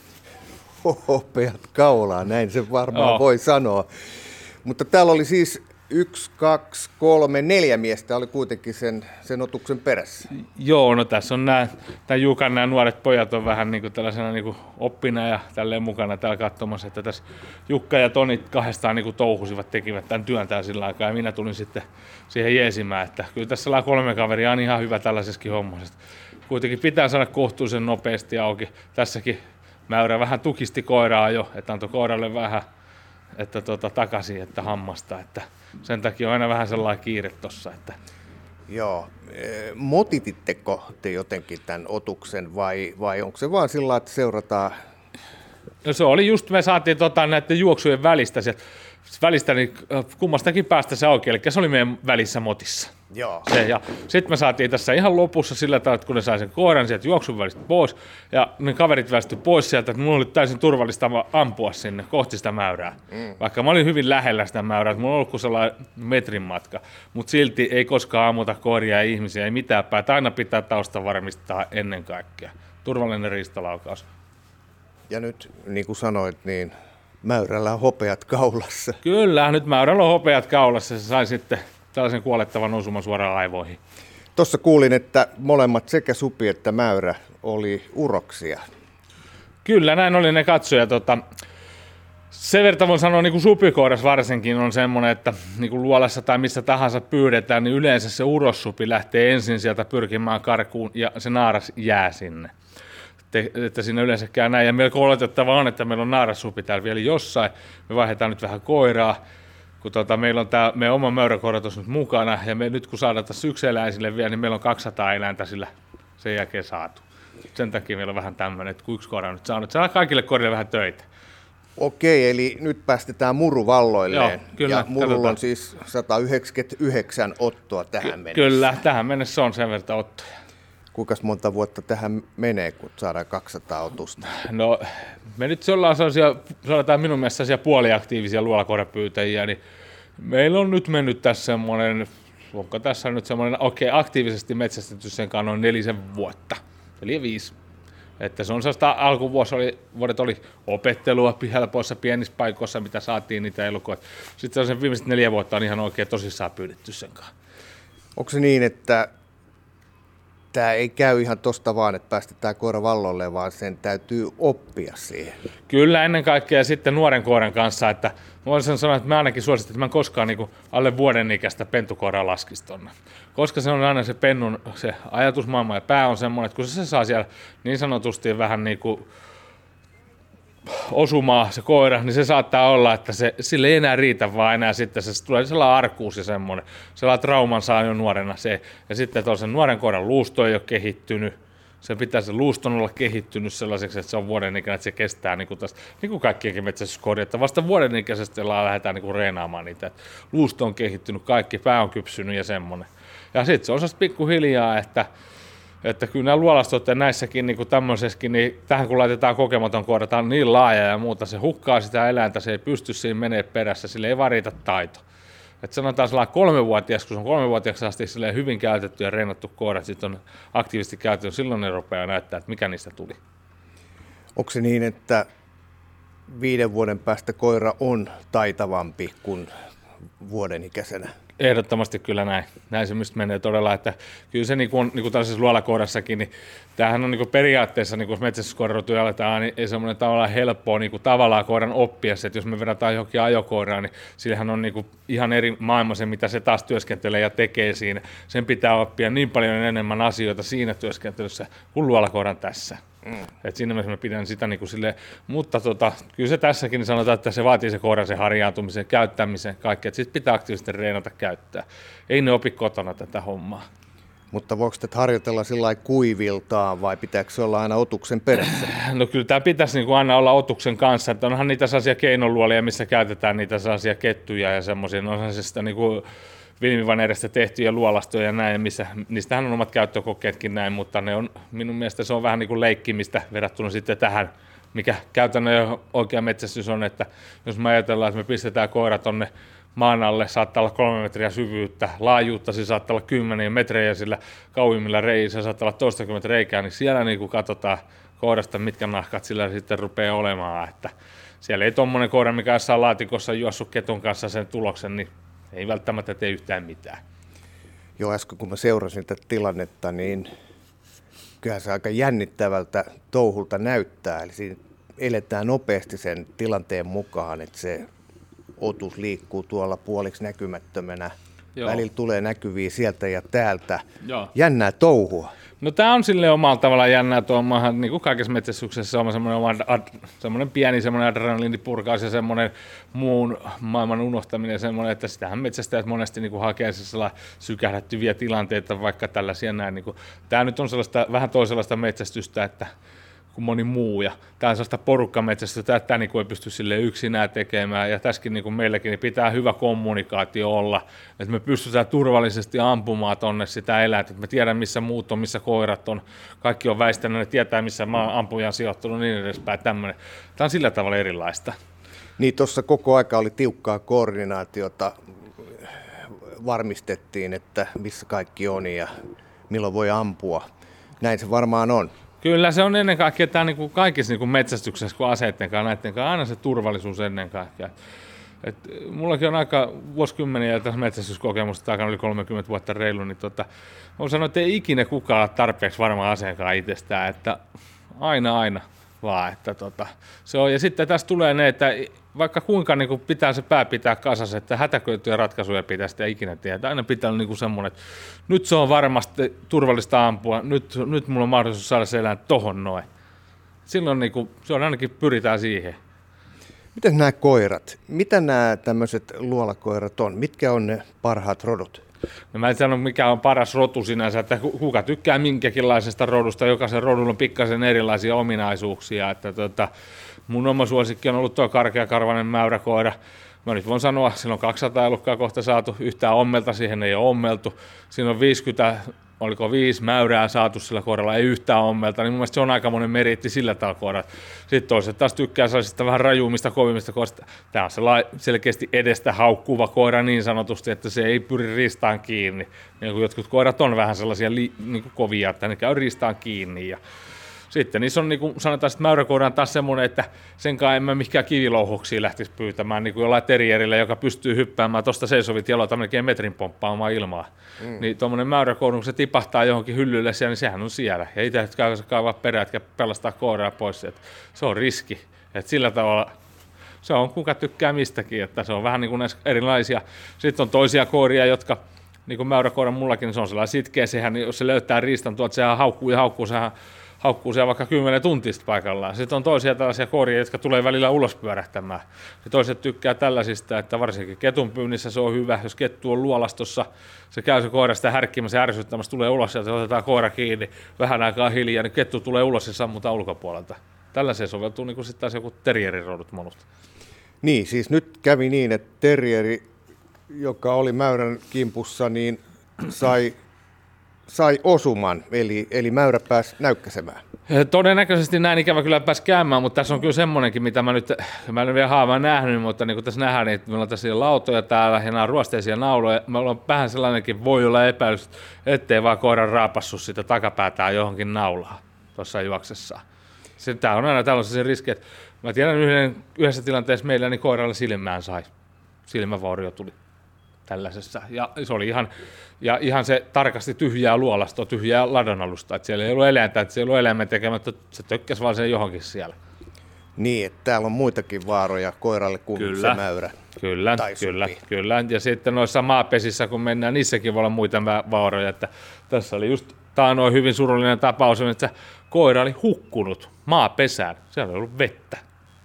S2: Hopeat kaulaa, näin se varmaan
S3: Joo.
S2: voi sanoa. Mutta täällä oli siis yksi, kaksi, kolme, neljä miestä oli kuitenkin sen, sen otuksen perässä.
S3: Joo, no tässä on nämä, tämän Jukan nämä nuoret pojat on vähän niin kuin tällaisena niin kuin oppina ja tälleen mukana täällä katsomassa, että tässä Jukka ja Toni kahdestaan niin kuin touhusivat, tekivät tämän työn täällä sillä aikaa ja minä tulin sitten siihen jeesimään, että kyllä tässä kolme kaveria on ihan hyvä tällaisessakin hommassa. Kuitenkin pitää saada kohtuullisen nopeasti auki. Tässäkin mäyrä vähän tukisti koiraa jo, että antoi koiralle vähän että tuota, takaisin, että hammasta, että sen takia on aina vähän sellainen kiire tossa, että
S2: Joo. Motititteko te jotenkin tämän otuksen vai, vai onko se vaan sillä, että seurataan?
S3: no se oli just, me saatiin tota, näiden juoksujen välistä, sieltä välistä niin kummastakin päästä se auki, eli se oli meidän välissä motissa.
S2: Joo.
S3: Se, ja sitten me saatiin tässä ihan lopussa sillä tavalla, että kun ne sai sen koiran sieltä juoksun välistä pois, ja ne kaverit väistyi pois sieltä, että mulla oli täysin turvallista ampua sinne kohti sitä mäyrää. Mm. Vaikka mä olin hyvin lähellä sitä mäyrää, että mulla on ollut kuin sellainen metrin matka, mutta silti ei koskaan ammuta koiria ja ihmisiä, ei mitään päätä. Aina pitää tausta varmistaa ennen kaikkea. Turvallinen riistalaukaus.
S2: Ja nyt, niin kuin sanoit, niin mäyrällä on hopeat kaulassa.
S3: Kyllä, nyt mäyrällä on hopeat kaulassa, se sai sitten tällaisen kuolettavan osuman suoraan aivoihin.
S2: Tuossa kuulin, että molemmat sekä supi että mäyrä oli uroksia.
S3: Kyllä, näin oli ne katsoja. Tota, sen verran voin sanoa, niin kuin supikoiras varsinkin on semmoinen, että niin kuin luolassa tai missä tahansa pyydetään, niin yleensä se urossupi lähtee ensin sieltä pyrkimään karkuun ja se naaras jää sinne. Te, että siinä yleensä käy näin. Ja melko oletettava on, että meillä on naarassupi täällä vielä jossain. Me vaihdetaan nyt vähän koiraa. Kun tuota, meillä on tämä meidän oma mäyräkorotus nyt mukana, ja me nyt kun saadaan tässä yksi eläin sille vielä, niin meillä on kaksisataa eläintä sillä sen jälkeen saatu. Sen takia meillä on vähän tämmöinen, että kun yksi koira on nyt saanut, saa kaikille koirille vähän töitä.
S2: Okei, eli nyt päästetään muru valloilleen.
S3: Joo, kyllä,
S2: ja murulla
S3: katsotaan.
S2: on siis sata yhdeksänkymmentäyhdeksän ottoa tähän
S3: Ky-
S2: mennessä.
S3: Kyllä, tähän mennessä on sen verran ottoja.
S2: Kuinka monta vuotta tähän menee, kun saadaan kaksisataa otusta?
S3: No, me nyt ollaan sellaisia, sanotaan minun mielestä sellaisia puoliaktiivisia luolakoirapyytäjiä, niin meillä on nyt mennyt tässä semmoinen, onko tässä nyt semmoinen okei, okay, aktiivisesti metsästetty sen kanssa noin nelisen vuotta, eli viisi. Että se on sellaista, alkuvuosi oli, vuodet oli opettelua helpoissa pienissä paikoissa, mitä saatiin niitä elukoita. Sitten sen viimeiset neljä vuotta on ihan oikein tosissaan pyydetty sen kanssa.
S2: Onko se niin, että tämä ei käy ihan tosta vaan, että päästetään koira vallolle, vaan sen täytyy oppia siihen?
S3: Kyllä, ennen kaikkea sitten nuoren koiran kanssa, että voisin sanoa, että mä ainakin suosittelen, että mä en koskaan niin kuin alle vuoden ikäistä pentukoiraa laskisi tonne. Koska se on aina se pennun se ajatusmaailma ja pää on semmoinen, että kun se saa siellä niin sanotusti vähän niin kuin osumaa se koira, niin se saattaa olla, että se, sille ei enää riitä, vaan enää sitten se tulee sellainen arkuus ja semmoinen. Sellainen trauman saa jo nuorena se. Ja sitten tuolla nuoren koiran luusto ei ole kehittynyt. Se pitää se luuston olla kehittynyt sellaiseksi, että se on vuoden ikäinen, että se kestää niin kuin, tästä, niin kuin kaikkienkin metsästyskoiria, että vasta vuoden ikäisesti lähdetään niin kuin reenaamaan niitä. Että luusto on kehittynyt, kaikki pää on kypsynyt ja semmoinen. Ja sitten se on sellaista pikkuhiljaa, että Että kyllä nämä luolastot ja näissäkin niin kuin tämmöisessäkin, niin tähän kun laitetaan kokematon koira, tämä on niin laaja ja muuta, se hukkaa sitä eläintä, se ei pysty siinä menee perässä, sille ei vaan riitä taito. Että sanotaan sellainen kolmevuotias, kun se on kolmevuotiaaksi asti hyvin käytetty ja reenattu koira, sitten on aktiivisesti käytetty, silloin ne rupeaa näyttää, että mikä niistä tuli.
S2: Onko se niin, että viiden vuoden päästä koira on taitavampi kuin vuoden ikäisenä?
S3: Ehdottomasti kyllä näin. Näin se minusta menee todella, että kyllä se niin kuin, niin kuin tällaisessa luolakoirassakin, niin tämähän on niin kuin periaatteessa, niin kuin metsästyskoirarotuja aletaan, niin ei semmoinen tavallaan helppoa niin kuin tavallaan koiran oppia se, että jos me verrataan johonkin ajokoiraan, niin sillähän on niin kuin ihan eri maailma se, mitä se taas työskentelee ja tekee siinä. Sen pitää oppia niin paljon enemmän asioita siinä työskentelyssä kuin luolakoiran tässä. Mm. Et siinä mielessä mä pidän sitä niin kuin silleen, mutta tota, kyllä se tässäkin niin sanotaan, että se vaatii se koiran sen harjaantumisen, käyttämisen, kaikkea, että sitten pitää aktiivisesti reenata käyttää. Ei ne opi kotona tätä hommaa.
S2: Mutta voiko tätä harjoitella sillä kuiviltaan vai pitääkö se olla aina otuksen perässä?
S3: No kyllä tämä pitäisi niin kuin aina olla otuksen kanssa, että onhan niitä sellaisia keinoluolia, missä käytetään niitä sellaisia kettuja ja semmoisia, no onhan se sitä niin kuin Vilmivanerestä tehtyjä luolastoja ja näin, missä, niistähän on omat käyttökokeetkin näin, mutta ne on, minun mielestä se on vähän niin kuin leikkimistä verrattuna sitten tähän, mikä käytännön oikea metsästys on, että jos me ajatellaan, että me pistetään koira tonne maan alle, saattaa olla kolme metriä syvyyttä, laajuutta se saattaa olla kymmenen metriä, sillä kauimmilla reissä saattaa olla toistakymmentä reikää, niin siellä niin kuin katsotaan koirasta, mitkä nahkat sillä sitten rupeaa olemaan, että siellä ei tommonen koira, mikä jossain laatikossa juossut ketun kanssa sen tuloksen, niin ei välttämättä tee yhtään mitään.
S2: Joo, äsken kun mä seurasin tätä tilannetta, niin kyllähän se aika jännittävältä touhulta näyttää. Eli siinä eletään nopeasti sen tilanteen mukaan, että se otus liikkuu tuolla puoliksi näkymättömänä. Joo. Välillä tulee näkyviä sieltä ja täältä. Joo. Jännää touhua.
S3: No tämä on silleen omalla tavallaan jännää tuomaan, niin kuin kaikessa metsästyksessä on semmoinen, semmoinen pieni semmoinen adrenaliinipurkaus ja semmoinen muun maailman unohtaminen semmoinen, että sitähän metsästäjät monesti niin kuin hakee sykähdättyviä tilanteita, vaikka tällaisia näin. Niin kuin, tämä nyt on sellaista vähän toisenlaista metsästystä, että kuin moni muu. Ja tämä on sellaista porukkametsästä, että tämä niin kuin ei pysty sille yksinään tekemään. Ja tässäkin niin kuin meilläkin niin pitää hyvä kommunikaatio olla, että me pystytään turvallisesti ampumaan tonne sitä eläintä. Että me tiedän, missä muut on, missä koirat on. Kaikki on väistänyt, ne tietää, missä ampuja on sijoittunut, niin edespäin. Tämmöinen. Tämä on sillä tavalla erilaista.
S2: Niin tuossa koko aika oli tiukkaa koordinaatiota. Varmistettiin, että missä kaikki on ja milloin voi ampua. Näin se varmaan on.
S3: Kyllä se on ennen kaikkea tämä niin kuin kaikissa niin kuin metsästyksessä kuin aseiden kanssa, näiden kanssa, aina se turvallisuus ennen kaikkea. Et mullakin on aika vuosikymmeniä tässä metsästyskokemusta, takana yli kolmekymmentä vuotta reilu, niin tota, olen sanonut, että ei ikinä kukaan ole tarpeeksi varma aseenkaan itsestään, että aina aina vaan. Että tota, se on. Ja sitten tässä tulee ne, että vaikka kuinka niin kuin pitää se pää pitää kasassa, että hätäköityjä ratkaisuja pitää sitä ikinä tehdä. Aina pitää olla niin kuin semmoinen, että nyt se on varmasti turvallista ampua, nyt, nyt mulla on mahdollisuus saada se eläin tohon noin. Silloin niin kuin, se on ainakin pyritään siihen.
S2: Miten nämä koirat, mitä nämä tämmöiset luolakoirat on? Mitkä on ne parhaat rodut?
S3: No mä en sano, mikä on paras rotu sinänsä, että kuka tykkää minkäkinlaisesta rodusta, jokaisen rodulla on pikkasen erilaisia ominaisuuksia. Että tota, mun oma suosikki on ollut tuo karkeakarvainen mäyräkoira. Mä nyt voin sanoa, sillä on kaksisataa elukkaa kohta saatu, yhtään ommelta siihen ei ole ommeltu. Siinä on viisikymmentä, oliko viisi mäyrää saatu sillä koiralla, ei yhtään ommelta, niin mun mielestä se on aikamoinen meriitti sillä tavalla koiralla. Sitten toiset taas tykkää sellaisista vähän rajuumista, kovimmista koirista. Tämä on sellainen selkeästi edestä haukkuva koira niin sanotusti, että se ei pyri ristaan kiinni. Niin kuin jotkut koirat on vähän sellaisia li, niin kuin kovia, että ne käy ristaan kiinni. Ja sitten niissä on, niin kuin sanotaan, että mäyräkoira on taas semmoinen, että senkaan en mä mihinkään kivilouhoksia lähtisi pyytämään, niin kuin jollain terrierillä, joka pystyy hyppäämään tuosta seisovit jaloilta melkein metrin pomppaamaan ilmaa. Mm. Niin tuommoinen mäyräkoira, kun se tipahtaa johonkin hyllylle siellä, niin sehän on siellä. Ja itse käy kaivaa perään, etkä pelastaa koiraa pois. Että se on riski. Että sillä tavalla se on kuka tykkää mistäkin, että se on vähän niin kuin näissä erilaisia. Sitten on toisia koiria, jotka, niin kuin mäyräkoira mullakin, niin se on sellainen sitkeä, sehän, jos se löytää riistan tuolta, sehän haukkuu ja haukkuu, sehän haukkuu siellä vaikka kymmenen tuntista paikallaan. Sitten on toisia tällaisia koiria, jotka tulee välillä ulos pyörähtämään. Ja toiset tykkää tällaisista, että varsinkin ketun pyynnissä se on hyvä, jos kettu on luolastossa, se käy se koira sitä härkkimässä ja ärsyttämässä, tulee ulos ja otetaan koira kiinni, vähän aikaa hiljaa, niin kettu tulee ulos ja sammutaan ulkopuolelta. Tällaiseen soveltuu niin kuin sitten taas joku terrierirodut monut.
S2: Niin, siis nyt kävi niin, että terrieri, joka oli mäyrän kimpussa, niin sai sai osuman, eli, eli mäyrä pääsi näykkäsemään.
S3: Todennäköisesti näin ikävä kyllä pääsi käymään, mutta tässä on kyllä semmoinenkin, mitä mä nyt, mä en ole vielä haavaa nähnyt, mutta niin kuin tässä nähdään, niin meillä on tässä lautoja täällä ja nämä on ruosteisia nauloja. Me ollaan vähän sellainenkin, voi olla epäilys, ettei vaan koira raapassut sitä takapäätään johonkin naulaa tuossa juoksessaan. Tämä on aina tällaisia riskejä, että mä tiedän yhden, yhdessä tilanteessa meillä niin koiralle silmään sai, silmävaurio tuli tällaisessa. Ja se oli ihan, ja ihan se tarkasti tyhjää luolastoa, tyhjää ladanalusta, että siellä ei ollut eläintä, että siellä ei ollut eläimen tekemättä, se tökkäsi vaan sen johonkin siellä.
S2: Niin, että täällä on muitakin vaaroja koiralle kuin
S3: kyllä,
S2: se mäyrä.
S3: Kyllä, kyllä, kyllä. Ja sitten noissa maapesissä, kun mennään, niissäkin voi olla muita vaaroja, että tässä oli just taanoin hyvin surullinen tapaus, että koira oli hukkunut maapesään, siellä oli ollut vettä.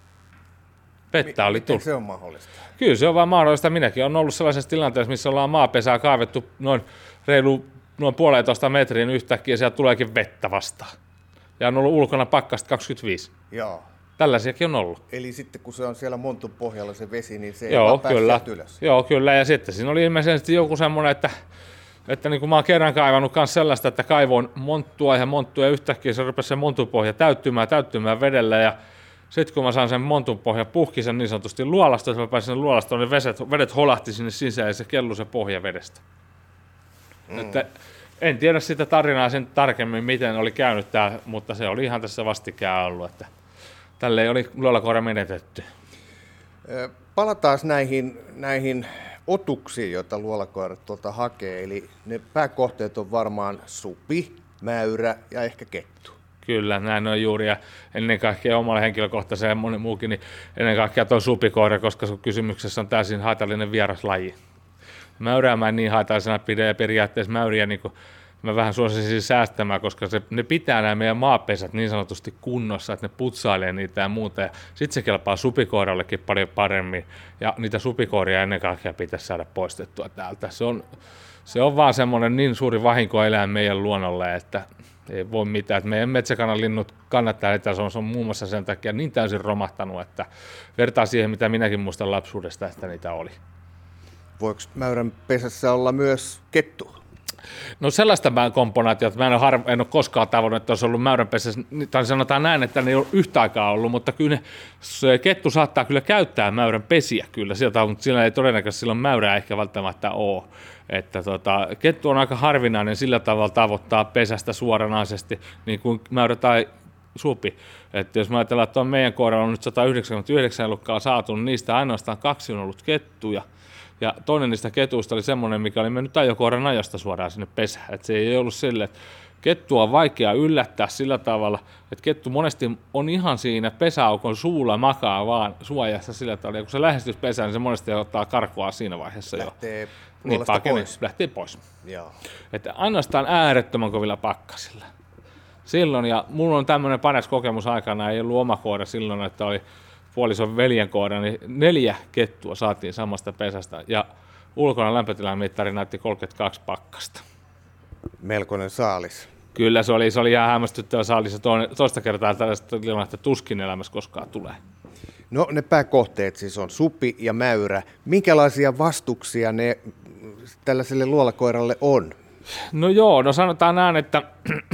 S3: Vettä oli tullut.
S2: Se on mahdollista?
S3: Kyllä se on vaan mahdollista. Minäkin olen ollut sellaisessa tilanteessa, missä ollaan maapesää kaivettu noin reilu noin puolentoista metriin yhtäkkiä ja sieltä tuleekin vettä vastaan. Ja on ollut ulkona pakkasta kaksikymmentäviisi.
S2: Joo.
S3: Tällaisiakin on ollut.
S2: Eli sitten kun se on siellä montun pohjalla se vesi, niin se
S3: Joo,
S2: ei vaan pääse
S3: kyllä.
S2: ylös.
S3: Joo, kyllä. Ja sitten siinä oli ilmeisesti joku semmoinen, että, että niin kuin mä oon kerran kaivannut myös sellaista, että kaivoin monttua ja monttua ja yhtäkkiä se rupesi se montun pohja täyttymään, täyttymään vedellä ja sitten kun mä saan sen montun pohjan puhki sen niin sanotusti luolastoon, mä pääsin sen luolastoon, niin vedet, vedet holahti sinne sisään ja se kellui se pohja vedestä. Mm. Että en tiedä sitä tarinaa sen tarkemmin, miten oli käynyt tämä, mutta se oli ihan tässä vastikään ollut, että tälleen oli luolakoira menetetty.
S2: Palataan näihin, näihin otuksiin, joita luolakoirat tuolta hakee, eli ne pääkohteet on varmaan supi, mäyrä ja ehkä kettu.
S3: Kyllä, näin on juuri, ja ennen kaikkea omalle henkilökohtaiseen ja moni muukin, niin ennen kaikkea tuo supikoira, koska kysymyksessä on täysin haitallinen vieraslaji. Mäyrää mä en niin haitallisena pidä, ja periaatteessa mäyriä niin kuin, mä vähän suosisin säästämään, koska se, ne pitää nämä meidän maapesät niin sanotusti kunnossa, että ne putsailee niitä ja muuta, ja sitten se kelpaa supikoirallekin paljon paremmin, ja niitä supikoiria ennen kaikkea pitäisi saada poistettua täältä. Se on, se on vaan semmoinen niin suuri vahinkoeläin meidän luonnolle, että ei voi mitään. Et meidän metsäkannan linnut kannattaa Etelä-Suomessa, se on muun muassa sen takia niin täysin romahtanut, että vertaa siihen, mitä minäkin muistan lapsuudesta, että niitä oli.
S2: Voiko mäyrän pesässä olla myös kettua?
S3: No sellaista komponaatiota, mä en ole, harv- en ole koskaan tavannut, että olisi ollut mäyränpesässä, tai sanotaan näin, että ne ei ole yhtä aikaa ollut, mutta kyllä ne, se kettu saattaa kyllä käyttää mäyrän pesiä kyllä sieltä, mutta sillä ei todennäköisesti silloin mäyrää ehkä välttämättä ole. Että tota, kettu on aika harvinainen sillä tavalla tavoittaa pesästä suoranaisesti, niin kuin mäyrä tai supi. Että jos mä ajatellaan, että on meidän koiralla on nyt sata yhdeksänkymmentäyhdeksän elukkaa saatu, niin niistä ainoastaan kaksi on ollut kettuja. Ja toinen niistä ketuista oli semmoinen, mikä oli mennyt ajokoiran ajosta suoraan sinne pesään. Että se ei ollut silleen, että kettua on vaikea yllättää sillä tavalla, että kettu monesti on ihan siinä pesäaukon suulla makaa vaan suojassa sillä tavalla. Ja kun se lähestyy pesään, niin se monesti ottaa karkoa siinä vaiheessa
S2: lähtee
S3: jo. Niin,
S2: pois.
S3: Lähtee pois.
S2: Joo.
S3: Että ainoastaan äärettömän kovilla pakkasilla. Silloin, ja mulla on tämmöinen paras kokemus aikana, ei ollut oma koira silloin, että oli puolison veljen koira, niin neljä kettua saatiin samasta pesästä, ja ulkona lämpötilamittari näytti kolmekymmentäkaksi pakkasta.
S2: Melkoinen saalis.
S3: Kyllä se oli, se oli ihan hämmästyttävä saalis, ja toista kertaa tällaista tilannetta tuskin elämässä koskaan tulee.
S2: No ne pääkohteet siis on supi ja mäyrä. Minkälaisia vastuksia ne tällaiselle luolakoiralle on?
S3: No joo, no sanotaan näin, että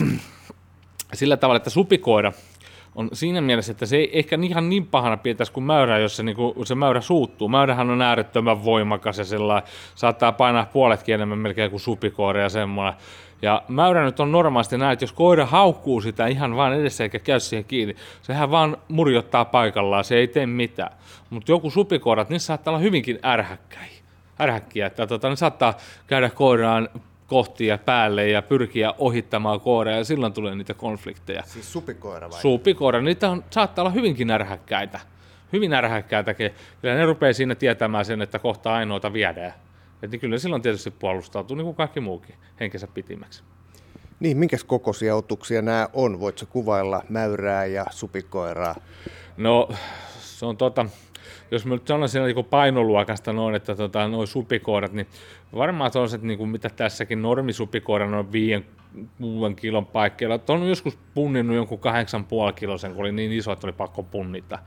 S3: sillä tavalla, että supikoira on siinä mielessä, että se ei ehkä ihan niin pahana pidettäisi kuin mäyrä, jos se, niin kuin, se mäyrä suuttuu. Mäyrähän on äärettömän voimakas ja sellainen, saattaa painaa puoletkin enemmän melkein kuin supikoira ja semmoinen. Ja mäyrä nyt on normaalisti näin, että jos koira haukkuu sitä ihan vaan edessä eikä käy siihen kiinni, sehän vaan murjottaa paikallaan, se ei tee mitään. Mutta joku supikoirat, niissä saattaa olla hyvinkin ärhäkkiä, että tota, ne saattaa käydä koiraan kohti ja päälle ja pyrkiä ohittamaan koiraa, ja silloin tulee niitä konflikteja.
S2: Siis supikoira vai?
S3: Supikoira, niitä on, saattaa olla hyvinkin ärhäkkäitä. Hyvin ärhäkkäitäkin. Kyllä ne rupeaa siinä tietämään sen, että kohta ainoita viedään. Että kyllä silloin tietysti puolustautuu, niin kuin kaikki muukin, henkensä pitimäksi.
S2: Niin, minkäs kokoisia otuksia nämä on? Voitko kuvailla mäyrää ja supikoiraa?
S3: No, se on tota, jos mä nyt sanon siinä niin painoluokasta noin, että tota, noin supikoirat, niin varmaan sellaiset, niin kuin mitä tässäkin normisupikoira noin viiden, kuuden kilon paikkeilla. On joskus punninnut jonkun kahdeksan puoli kilosen, kun oli niin iso, että oli pakko punnita.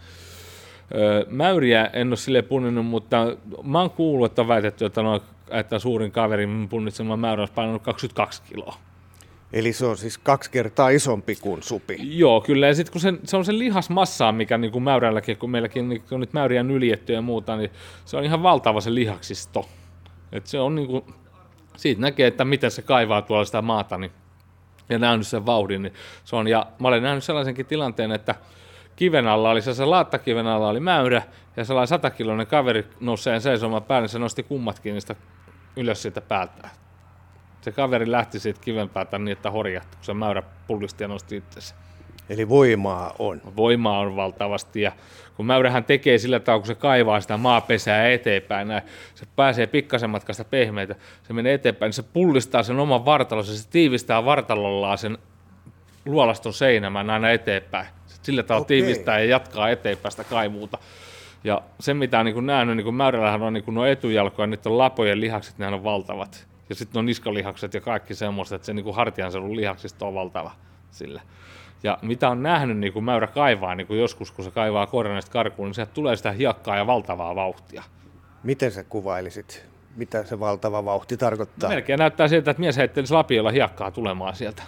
S3: Öö, mäyriä en ole silleen punninnut, mutta mä oon kuullut, että on väitetty, että, noin, että suurin kaveri punnitsemaan mäyrä olisi painanut kaksikymmentäkaksi kiloa.
S2: Eli se on siis kaksi kertaa isompi kuin supi.
S3: Joo, kyllä. Ja sitten kun se, se on se lihasmassa, mikä niin kuin mäyrälläkin, kun meilläkin niin on nyt mäyriä nyljetty ja muuta, niin se on ihan valtava se lihaksisto. Et se on niin kuin, siitä näkee, että miten se kaivaa tuolla sitä maata, niin, ja nähnyt sen vauhdin. Niin se on, ja mä olen nähnyt sellaisenkin tilanteen, että kiven alla oli se, se laattakiven alla oli mäyrä, ja sellainen satakiloinen kaveri nousee seisomaan päälle, se nosti kummatkin niistä ylös siitä päältä. Se kaveri lähti siitä kiven päältä niin, että horjahti, kun se mäyrä pullisti ja nosti itsensä.
S2: Eli voimaa on.
S3: Voimaa on valtavasti, ja kun mäyrähän tekee sillä tavalla, kun se kaivaa sitä maapesää eteenpäin, näin, se pääsee pikkasen matkasta pehmeitä, se menee eteenpäin, niin se pullistaa sen oman vartalonsa, se tiivistää vartalollaan sen luolaston seinämään aina eteenpäin. Sillä tavalla
S2: Okei.
S3: tiivistää ja jatkaa eteenpäin sitä kaivuuta. Ja se, mitä on niin nähnyt, niin mäyrällähän on niin nuo etujalkoja, niiden lapojen lihakset, nehän on valtavat. Ja sitten on niskalihakset ja kaikki semmoista, että se niin hartianselun lihaksista on valtava sillä. Ja mitä on nähnyt, niin kuin mäyrä kaivaa, niin kuin joskus kun se kaivaa koiraneista karkuun, niin sieltä tulee sitä hiekkaa ja valtavaa vauhtia.
S2: Miten sä kuvailisit, mitä se valtava vauhti tarkoittaa?
S3: No melkein näyttää siltä, että mies heittelisi lapiolla hiekkaa tulemaan sieltä.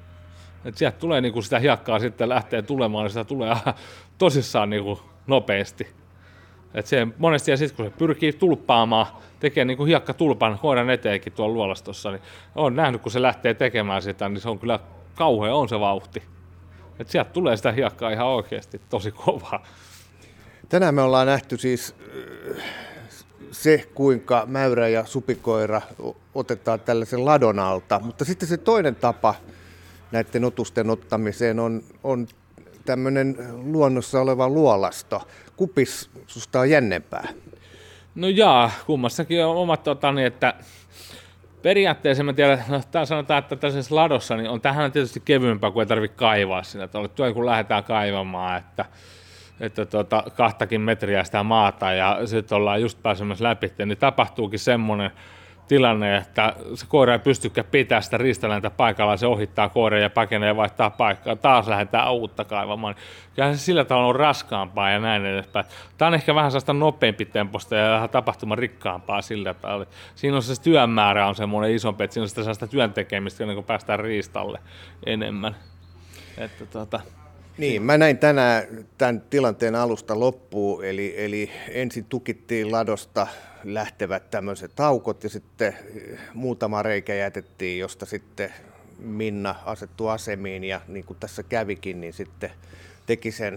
S3: Et sieltä tulee niin kuin sitä hiekkaa sitten lähtee tulemaan, niin sitä tulee tosissaan niin kuin nopeasti. Et se monesti ja sitten kun se pyrkii tulppaamaan, tekee niin kuin hiekkatulpan koiran eteenkin tuolla luolastossa, niin on nähnyt, kun se lähtee tekemään sitä, niin se on kyllä kauhea on se vauhti. Et sieltä tulee sitä hiekkaa ihan oikeasti tosi kovaa.
S2: Tänään me ollaan nähty siis äh, se, kuinka mäyrä ja supikoira otetaan tällaisen ladon alta, mutta sitten se toinen tapa näiden otusten ottamiseen on, on tämmöinen luonnossa oleva luolasto. Kupis susta on jännempää?
S3: No jaa, kummassakin on omat totani, että periaatteessa mä tiedän, no tää sanotaan, että tässä ladossa niin on tähän tietysti kevyempää, kun ei tarvitse kaivaa siinä. Tuo kun lähdetään kaivamaan, että, että tota, kahtakin metriä sitä maata ja sitten ollaan just pääsemässä läpi, niin tapahtuukin semmoinen tilanne, että se koira ei pystykään pitämään sitä riistaläintä paikallaan, se ohittaa koiran ja pakenee ja vaihtaa paikkaa, taas lähdetään uutta kaivamaan. Kyllähän se sillä tavalla on raskaampaa ja näin edespäin. Tämä on ehkä vähän sellaista nopeampi temposta ja vähän tapahtuman rikkaampaa sillä tavalla. Siinä on se työn määrä on semmoinen isompi, että siinä on sitä sellaista työn tekemistä, kun päästään riistalle enemmän. Että tuota,
S2: Niin, mä näin tänään tämän tilanteen alusta loppuun, eli, eli ensin tukittiin ladosta lähtevät tämmöiset taukot ja sitten muutama reikä jätettiin, josta sitten Minna asettui asemiin ja niin kuin tässä kävikin, niin sitten teki sen,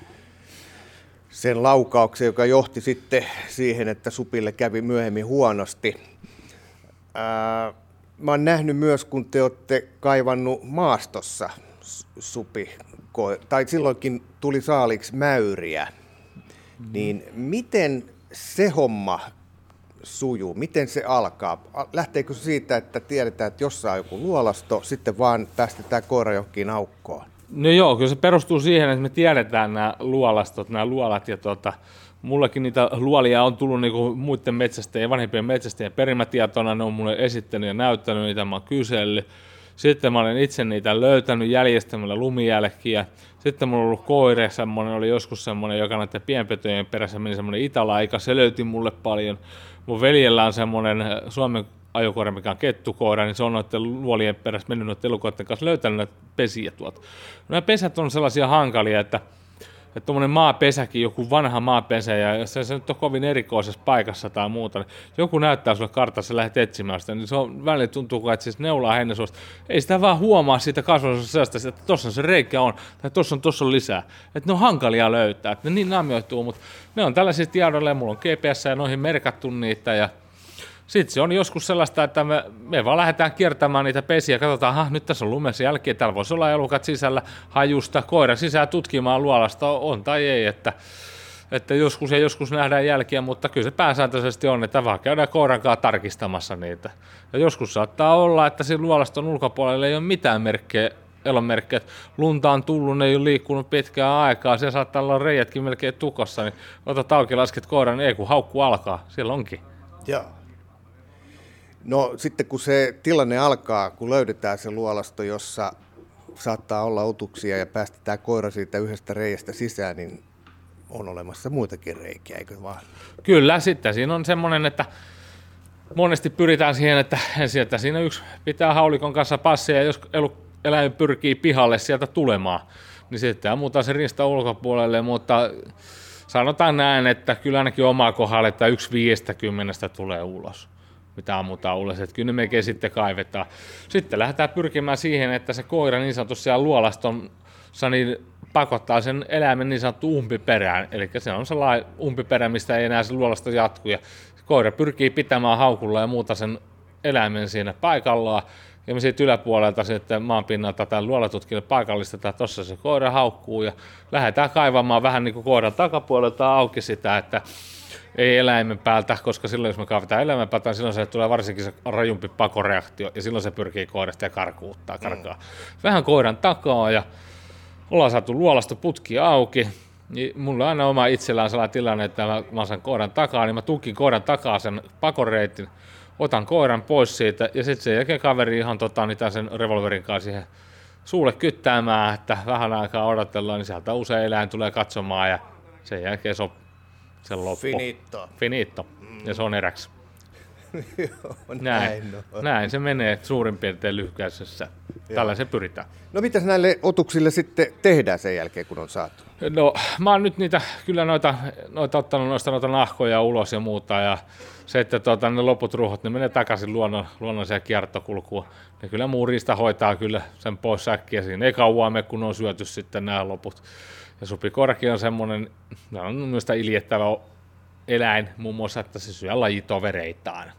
S2: sen laukauksen, joka johti sitten siihen, että supille kävi myöhemmin huonosti. Ää, mä oon nähnyt myös, kun te olette kaivannut maastossa supi, tai silloinkin tuli saaliksi mäyriä, mm-hmm. niin miten se homma sujuu, miten se alkaa? Lähteekö se siitä, että tiedetään, että jossain on joku luolasto, sitten vaan päästetään koira johonkin aukkoon?
S3: No joo, kyllä se perustuu siihen, että me tiedetään nämä luolastot, nämä luolat, ja tuota, mullakin niitä luolia on tullut niinku muiden metsästäjien, vanhempien metsästäjien perimätietona, ne on mulle esittänyt ja näyttänyt niitä, mä oon kysellyt. Sitten mä olen itse niitä löytänyt jäljestämällä lumijälkiä. Sitten mulla on ollut koire, semmoinen oli joskus semmoinen, joka näiden pienpetojen perässä meni semmoinen italaika, se löyti mulle paljon. Mun veljellä on semmoinen Suomen ajokoira, mikä on kettukoira, niin se on noiden luolien perässä mennyt noiden elukoiden kanssa löytänyt näitä pesiä tuolta. Nämä pesät on sellaisia hankalia, että että tuommoinen maapesäkin, joku vanha maapesä, ja jos se nyt on kovin erikoisessa paikassa tai muuta, niin joku näyttää sulle kartassa ja lähdet etsimään sitä, niin se on välillä tuntuu, että siis neulaa heinäsuosta. Ei sitä vaan huomaa siitä kasvatuksesta sellaista, että tuossa se reikä on, tai tuossa on, tuossa on lisää. Että ne on hankalia löytää, että ne niin naamioituu, mutta ne on tällaisia tiedoilla, ja mulla on G P S ja noihin merkattu niitä, ja sitten se on joskus sellaista, että me, me vaan lähdetään kiertämään niitä pesiä, katsotaan, että nyt tässä on lumessa jälkeen, täällä voisi olla elukat sisällä, hajusta, koira sisään tutkimaan luolasta, on tai ei, että, että joskus ja joskus nähdään jälkiä, mutta kyllä se pääsääntöisesti on, että vaan käydään koiran kanssa tarkistamassa niitä. Ja joskus saattaa olla, että siinä luolaston ulkopuolella ei ole mitään merkkejä, elonmerkkejä, että lunta on tullut, ne ei ole liikkunut pitkään aikaa, siellä saattaa olla reijätkin melkein tukossa, niin otat auki, lasket koiran, ei kun haukku alkaa, siellä onkin.
S2: Joo. No sitten kun se tilanne alkaa, kun löydetään se luolasto, jossa saattaa olla otuksia ja päästetään koira siitä yhdestä reiästä sisään, niin on olemassa muitakin reikiä, eikö vaan?
S3: Kyllä, sitten siinä on semmoinen, että monesti pyritään siihen, että ensin, että siinä yksi pitää haulikon kanssa passia, ja jos eläin pyrkii pihalle sieltä tulemaan, niin sitten ammutaan se riista ulkopuolelle, mutta sanotaan näin, että kyllä ainakin omaa kohdalle, että yksi viidestäkymmenestä tulee ulos, mitä ammutaan ulos, että kyllä ne melkein sitten kaivetaan. Sitten lähdetään pyrkimään siihen, että se koira niin sanotusti siellä luolastonsa niin pakottaa sen eläimen niin sanottu umpiperään, eli se on sellainen umpiperä, mistä ei enää se luolasto jatku, ja koira pyrkii pitämään haukulla ja muuta sen eläimen siinä paikallaan, ja me siitä yläpuolelta sitten maanpinnalta tai luolatutkinnon paikallistetaan, että tuossa se koira haukkuu, ja lähdetään kaivamaan vähän niin kuin koiran takapuolelta auki sitä, että ei eläimen päältä, koska silloin jos me kaavetaan eläimen päältä, niin silloin se tulee varsinkin se rajumpi pakoreaktio, ja silloin se pyrkii koirasta ja karkuuttaa, karkaa. Mm. Vähän koiran takaa, ja ollaan saatu luolasto putki auki, niin mulla on aina oma itsellään sellainen tilanne, että mä, mä saan koiran takaa, niin mä tukin koiran takaa sen pakoreitin, otan koiran pois siitä, ja sitten sen jälkeen kaveri ihan tota, niin sen revolverin kanssa siihen suulle kyttäämään, että vähän aikaa odotellaan, niin sieltä usein eläin tulee katsomaan, ja sen jälkeen se on se loppu.
S2: Finito.
S3: Finito. Mm. Ja se on eräksi.
S2: Joo,
S3: näin,
S2: näin, no.
S3: näin se menee suurin piirtein lyhkäisessä. Tällä se pyritään.
S2: No mitäs näille otuksille sitten tehdään sen jälkeen, kun on saatu?
S3: No mä oon nyt niitä, kyllä noita, noita ottanut noista noita nahkoja ulos ja muuta, ja se, että tuota, ne loput ruhot, ne menee takaisin luonnon, luonnolliseen kiertokulkuun. Ne kyllä muu riista hoitaa kyllä sen pois säkkiä siinä. Ei kauan me, kun on syöty sitten nämä loput. Ja supikoirakin on semmoinen, se on myös iljettävä eläin, muun muassa, että se syö lajitovereitaan.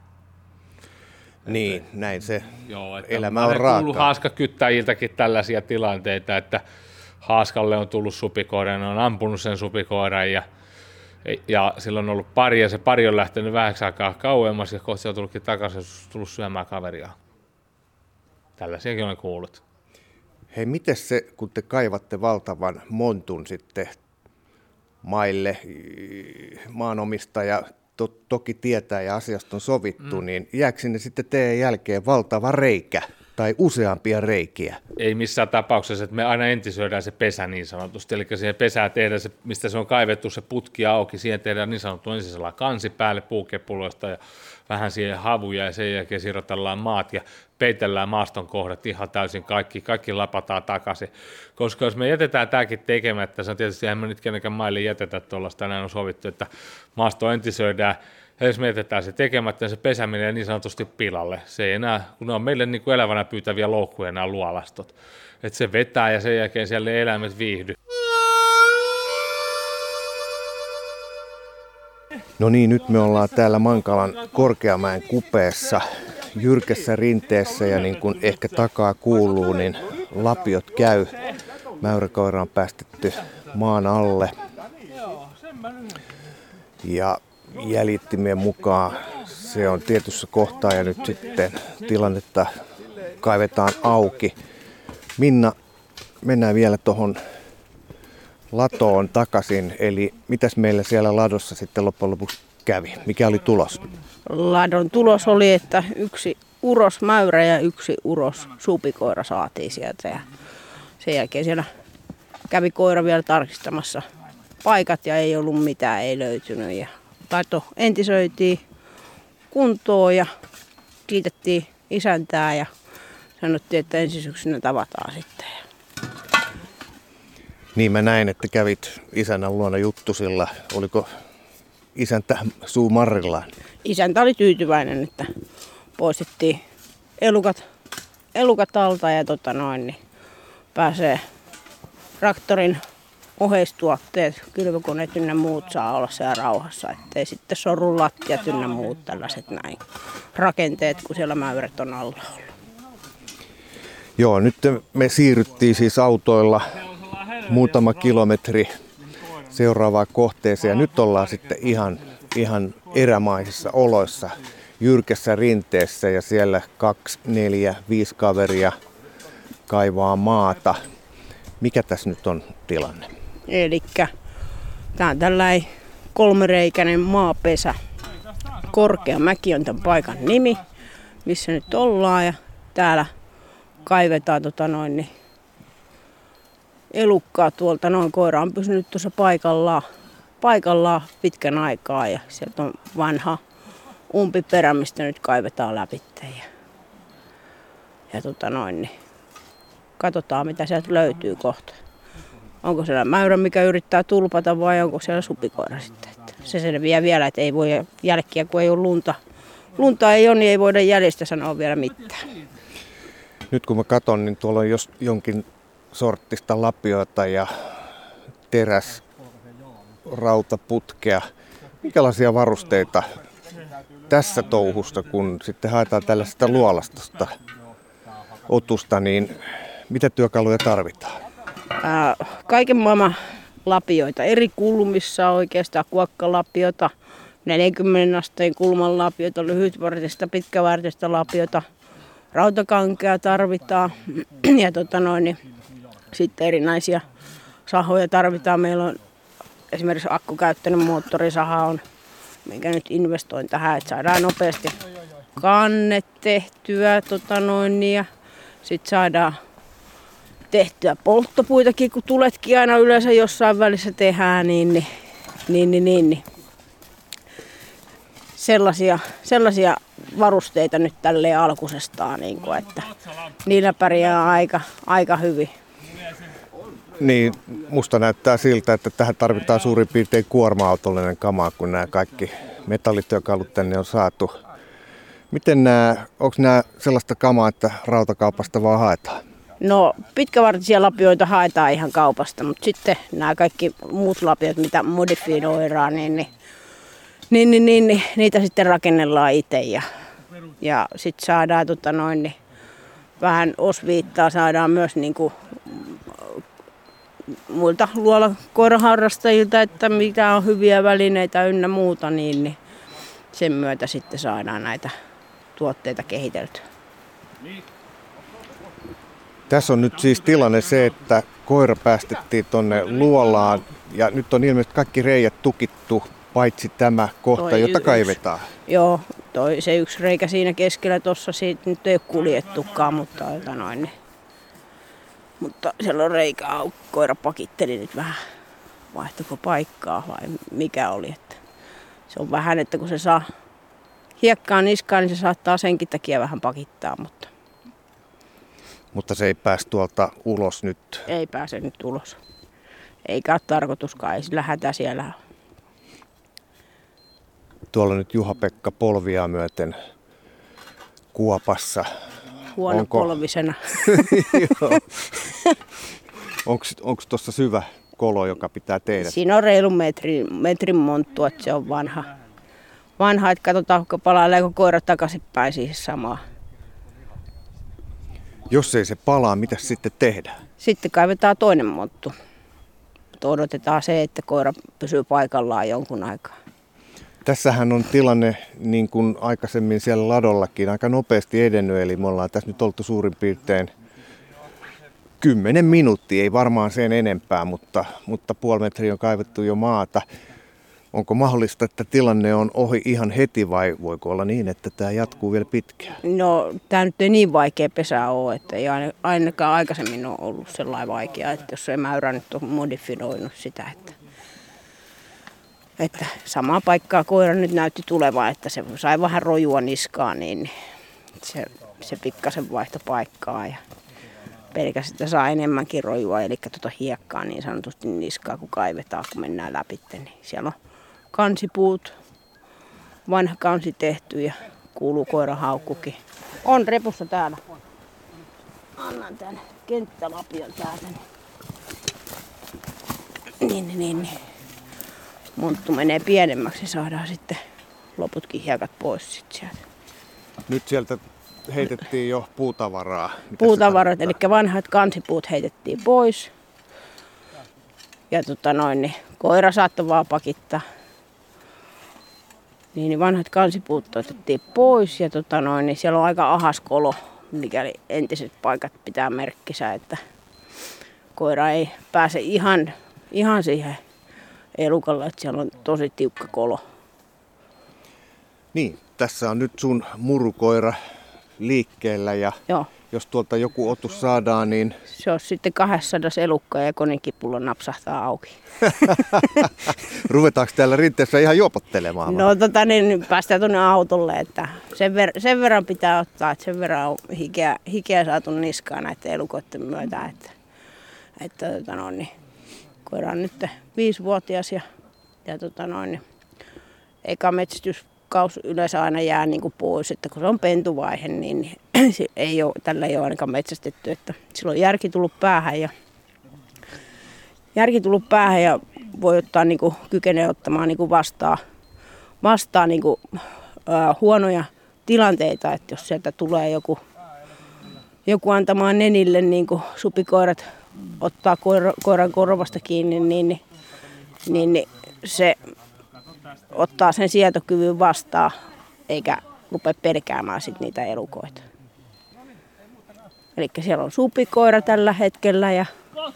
S2: Niin, että, näin se
S3: joo, että
S2: elämä on raakaa.
S3: Kuullut haaskakyttäjiltäkin tällaisia tilanteita, että haaskalle on tullut supikoira, ja ne on ampunut sen supikoiran, ja, ja sillä on ollut pari, ja se pari on lähtenyt vähäksi aikaa kauemmas, ja kohta se on tullutkin takaisin, ja tullut syömään kaveria. Tällaisiakin olen kuullut.
S2: Hei, miten se, kun te kaivatte valtavan montun sitten maille, maanomistaja to, toki tietää ja asiasta on sovittu, mm. niin jääkö sinne sitten teidän jälkeen valtava reikä tai useampia reikiä?
S3: Ei missään tapauksessa, että me aina entisöidään se pesä niin sanotusti, eli siihen pesään tehdään se, mistä se on kaivettu se putki auki, siihen tehdään niin sanottu ensin sellainen kansi päälle puukepuloista ja vähän siihen havuja ja sen jälkeen sirotellaan maat ja peitellään maaston kohdat ihan täysin kaikki, kaikki lapataan takaisin, koska jos me jätetään tämäkin tekemättä, se on tietysti eihän me nyt kenenkään maille jätetä tuollaista, tänään on sovittu, että maasto entisöidään, ja jos me jätetään se tekemättä, niin se pesä menee niin sanotusti pilalle. Se ei enää, kun ne on meille niin kuin elävänä pyytäviä loukkuja nämä luolastot. Että se vetää ja sen jälkeen siellä ei eläimet viihdy.
S2: No niin, nyt me ollaan täällä Mankalan Korkeamäen kupeessa, jyrkässä rinteessä ja niin kuin ehkä takaa kuuluu, niin lapiot käy. Mäyräkoira on päästetty maan alle. Ja jäljittimien mukaan se on tietyssä kohtaa ja nyt sitten tilannetta kaivetaan auki. Minna, mennään vielä tuohon latoon takaisin, eli mitäs meillä siellä ladossa sitten loppujen lopuksi kävi? Mikä oli tulos?
S1: Ladon tulos oli, että yksi uros mäyrä ja yksi uros supikoira saatiin sieltä ja sen jälkeen siellä kävi koira vielä tarkistamassa paikat ja ei ollut mitään, ei löytynyt ja lato entisöitiin kuntoon ja kiitettiin isäntää ja sanottiin, että ensi syksynä tavataan sitten.
S2: Niin mä näin, että kävit isännän luona juttusilla. Oliko isäntä suu marrillaan?
S1: Isäntä oli tyytyväinen, että poistettiin elukat, elukat alta ja tota noin, niin pääsee traktorin oheistuotteet, kylvökoneet ynnä muut saa olla siellä rauhassa, ettei sitten sorru lattiat ynnä muut tällaiset näin rakenteet, kun siellä mäyrät on alla ollut.
S2: Joo, nyt me siirryttiin siis autoilla muutama kilometri seuraavaan kohteeseen ja nyt ollaan sitten ihan, ihan erämaisissa oloissa, jyrkässä rinteessä ja siellä kaksi, neljä, viisi kaveria kaivaa maata. Mikä tässä nyt on tilanne?
S1: Elikkä tää on tällainen kolmireikäinen maapesä. Korkeamäki on tämän paikan nimi, missä nyt ollaan ja täällä kaivetaan tota noin, niin elukkaa tuolta. Noin koira on pysynyt tuossa paikallaan, paikallaan pitkän aikaa ja sieltä on vanha umpiperä, mistä nyt kaivetaan läpi. Ja, ja tota noin, niin katsotaan mitä sieltä löytyy kohta. Onko siellä mäyrä, mikä yrittää tulpata vai onko siellä supikoira sitten. Että se selviää vielä, että ei voi jälkiä, kun ei ole lunta. Lunta ei ole, niin ei voida jäljestä sanoa vielä mitään.
S2: Nyt kun mä katson, niin tuolla on jos jonkin sorttista lapiota ja teräs rautaputkea. Minkälaisia varusteita tässä touhusta, kun sitten haetaan tällaisesta luolastosta otusta, niin mitä työkaluja tarvitaan?
S1: Ää, kaiken maailman lapioita eri kulmissa oikeastaan, kuokkalapiota, neljänkymmenen asteen kulman lapiota, lyhytvartista, pitkävartista lapiota, rautakankea tarvitaan ja tota noin, niin sitten erinäisiä sahoja tarvitaan. Meillä on esimerkiksi akkukäyttöinen moottorisaha on, minkä nyt investoin tähän, että saadaan nopeasti kanne tehtyä tota noin, ja sitten saadaan tehtyä polttopuitakin, kun tuletkin aina yleensä jossain välissä tehdään, niin, niin, niin, niin, niin, niin. Sellaisia, sellaisia varusteita nyt tälleen alkuisestaan, niin kuin, että niillä pärjää aika, aika hyvin.
S2: Niin, musta näyttää siltä, että tähän tarvitaan suurin piirtein kuorma-autollinen kama, kun nämä kaikki metallityökalut tänne on saatu. Miten nämä, onko nämä sellaista kamaa, että rautakaupasta vaan haetaan?
S1: No pitkävartisia lapioita haetaan ihan kaupasta, mutta sitten nämä kaikki muut lapiot, mitä modifioidaan, niin, niin, niin, niin, niin, niin niitä sitten rakennellaan itse ja, ja sitten saadaan tota noin, niin, vähän osviittaa, saadaan myös niin kuin, muilta luolakoiraharrastajilta, että mitä on hyviä välineitä ynnä muuta, niin, niin sen myötä sitten saadaan näitä tuotteita kehiteltyä.
S2: Tässä on nyt siis tilanne se, että koira päästettiin tonne luolaan ja nyt on ilmeisesti kaikki reijät tukittu Paitsi tämä kohta,
S1: Toi
S2: jota
S1: y-
S2: kaivetaan.
S1: Joo, toi, se yksi reikä siinä keskellä tuossa, siitä nyt ei ole kuljettukaan, mutta, jota noin, niin. Mutta siellä on reikä auki. Koira pakitteli nyt vähän, vaihtuiko paikkaa vai mikä oli. Että se on vähän, että kun se saa hiekkaa niskaan, niin se saattaa senkin takia vähän pakittaa, mutta
S2: Mutta se ei pääs tuolta ulos nyt.
S1: ei pääse nyt ulos. Eikä ole tarkoituskaan, ei sillä hätä siellä ole.
S2: Tuolla nyt Juha-Pekka polvia myöten kuopassa.
S1: Huono
S2: Onko-
S1: polvisena.
S2: Onko tuossa syvä kolo, joka pitää tehdä?
S1: Siinä on reilu metrin, metrin monttu, että se on vanha. Vanha, että katsotaan, palaileeko koira takaisinpäin siihen samaan.
S2: Jos ei se palaa, mitä sitten tehdään?
S1: Sitten kaivetaan toinen monttu. Mutta odotetaan se, että koira pysyy paikallaan jonkun aikaa.
S2: Tässähän on tilanne niin kuin aikaisemmin siellä ladollakin aika nopeasti edennyt, eli me ollaan tässä nyt oltu suurin piirtein kymmenen minuuttia, ei varmaan sen enempää, mutta, mutta puoli metriä on kaivettu jo maata. Onko mahdollista, että tilanne on ohi ihan heti vai voiko olla niin, että tämä jatkuu vielä pitkään?
S1: No, tämä nyt ei niin vaikea pesä ole, että ei aina- ainakaan aikaisemmin ole ollut sellainen vaikea, että jos se mäyrä nyt on modifioinut sitä, että, että samaa paikkaa koira nyt näytti tulevaa, että se sai vähän rojua niskaan, niin se, se pikkasen vaihtoi paikkaa ja pelkästään sitä saa enemmänkin rojua, eli tuota hiekkaa niin sanotusti niskaa, kun kaivetaan, kun mennään läpi, niin siellä on kansipuut, vanha kansi tehty ja kuuluu koiran haukkukin. On repussa täällä. Annan tän kenttälapion täältä. Niin, niin, niin. Monttu menee pienemmäksi ja saadaan sitten loputkin hiekat pois sit sieltä.
S2: Nyt sieltä heitettiin jo puutavaraa. Mitä se
S1: Puutavarat, eli
S2: tarkoittaa?
S1: vanhat kansipuut heitettiin pois. Ja tota noin, niin koira saattoi vaan pakittaa. Niin, niin vanhat kansipuut otettiin pois ja tota noin, niin siellä on aika ahas kolo, mikäli entiset paikat pitää merkkisä, että koira ei pääse ihan, ihan siihen elukalle, että siellä on tosi tiukka kolo.
S2: Niin, tässä on nyt sun murukoira liikkeellä ja
S1: Joo,
S2: jos tuolta joku otus saadaan, niin
S1: se on sitten kaksisataa elukkaa ja konekipulla napsahtaa auki.
S2: ruvetaanko täällä rinteessä ihan juopottelemaan? vai?
S1: No tota niin, päästään tuonne autolle, että sen, ver- sen verran pitää ottaa, että sen verran on hikeä, hikeä saatu niskaan näiden elukoiden myötä, että, että tota noin, niin, koira on nyt viisivuotias ja, ja tota noin, niin, eka metsästyskaus yleensä aina jää niin kuin pois, että kun se on pentuvaihe, niin se ei ole, tällä ei ole ainakaan metsästetty, että silloin on järki tullut päähän ja järki tullut päähän ja voi ottaa niin kuin, kykenee ottamaan niin kuin vastaan, vastaan niin kuin, ää, huonoja tilanteita, että jos sieltä tulee joku, joku antamaan nenille, niin kuin supikoirat ottaa koira, koiran korvasta kiinni, niin, niin, niin, niin se ottaa sen sietokyvyn vastaan, eikä rupea pelkäämään sit niitä elukoita. Eli siellä on supikoira tällä hetkellä ja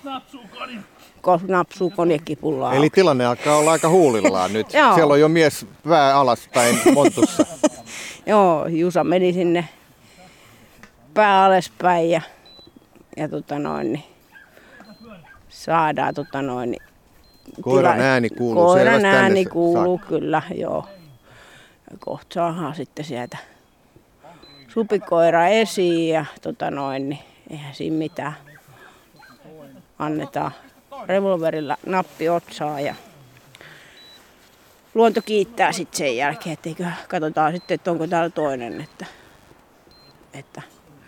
S1: napsuu konekipullaa.
S2: Eli tilanne alkaa olla aika huulillaan nyt.
S1: Joo.
S2: Siellä on jo mies pää alaspäin montussa.
S1: Joo, Jusa meni sinne pää alaspäin ja, ja tota noin, niin saadaan tota noin, niin
S2: Koiran
S1: tila-
S2: ääni kuuluu
S1: Koiran
S2: selvästi tänne
S1: ääni
S2: saakka.
S1: kuuluu, kyllä, joo. Ja kohta saadaan sitten sieltä supikoira esiin ja tota noin, niin eihän siinä mitään. Annetaan revolverilla nappi otsaa ja luonto kiittää sitten sen jälkeen, etteikö katsotaan sitten, että onko täällä toinen, että, että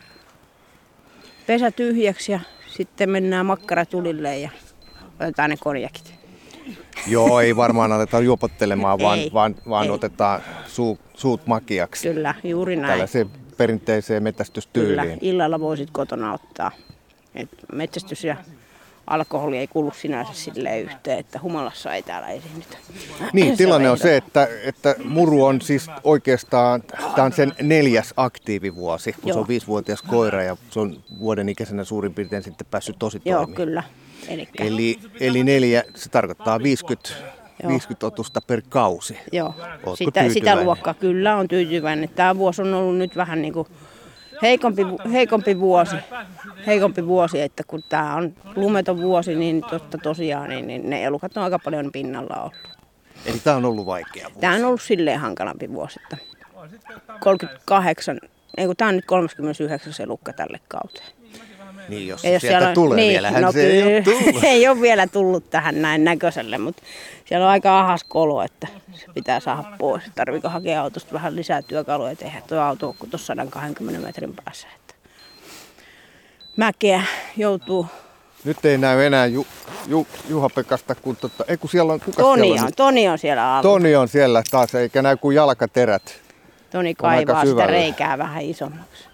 S1: pesä tyhjäksi ja sitten mennään makkaratulille ja otetaan ne konjakit.
S2: Joo, ei varmaan aleta juopottelemaan, vaan,
S1: Ei,
S2: vaan, vaan
S1: ei.
S2: otetaan suu, suut makiaksi.
S1: Kyllä, juuri näin.
S2: Tällaiseen perinteiseen
S1: Kyllä,
S2: metästystyyliin.
S1: illalla voisit kotona ottaa. Et metsästys ja alkoholi ei kuulu sinänsä silleen yhteen, että humalassa ei täällä esiinnytä.
S2: Niin, tilanne on
S1: ehdoton.
S2: se, että, että muru on siis oikeastaan, tämä on sen neljäs aktiivivuosi, kun
S1: Joo.
S2: se on viisivuotias koira ja se on vuoden ikäisenä suurin piirtein sitten päässyt tosi
S1: Joo,
S2: toimimaan.
S1: kyllä. Elikkä,
S2: Eli, eli neljä, se tarkoittaa viisikymmentä
S1: Joo.
S2: viisikymmentä otusta per kausi.
S1: Joo,
S2: Ootko
S1: sitä, sitä
S2: tyytyväinen?
S1: luokkaa kyllä on tyytyväinen. Tämä vuosi on ollut nyt vähän niin kuin heikompi, heikompi vuosi, heikompi vuosi, että kun tämä on lumeton vuosi, niin totta tosiaan niin, niin ne elukat on aika paljon pinnalla ollut.
S2: Eli tämä on ollut vaikea vuosi.
S1: Tämä on ollut silleen hankalampi vuosi, että kolmekymmentäkahdeksan, ei kun tämä on nyt kolmaskymmenesyhdeksäs elukka tälle kauteen.
S2: Niin, jos,
S1: Ja
S2: jos
S1: jos
S2: sieltä
S1: on,
S2: tulee,
S1: niin,
S2: vielähän
S1: no
S2: se ei ole
S1: kyllä,
S2: tullut.
S1: ei ole vielä tullut tähän näin näköiselle, mutta siellä on aika ahas kolo, että se pitää saada pois. Tarviiko hakea autosta vähän lisää työkaluja ja tehdä tuo auto, kun tuossa sata kaksikymmentä metrin päässä. Että mäkeä joutuu.
S2: Nyt ei näy enää Ju, Ju, Juha-Pekasta, kun, tota, ei kun siellä on, kuka
S1: Toni
S2: siellä on?
S1: on,
S2: nyt?
S1: Toni on siellä alla.
S2: Toni on siellä taas, eikä näy kuin jalkaterät.
S1: Toni
S2: on aika
S1: kaivaa sitä
S2: syvällä.
S1: reikää vähän isommaksi.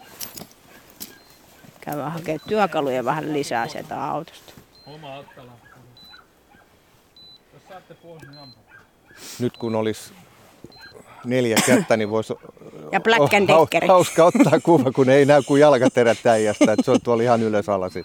S1: Käydään hakemaan työkaluja vähän lisää sieltä autosta.
S2: Nyt kun olisi neljä kättä, niin voisi
S1: Ja Black and
S2: hau-
S1: Deckeri.
S2: hauska ottaa kuva, kun ei näy kuin jalkaterät äijästä, että se on tuolla ihan ylös alasin.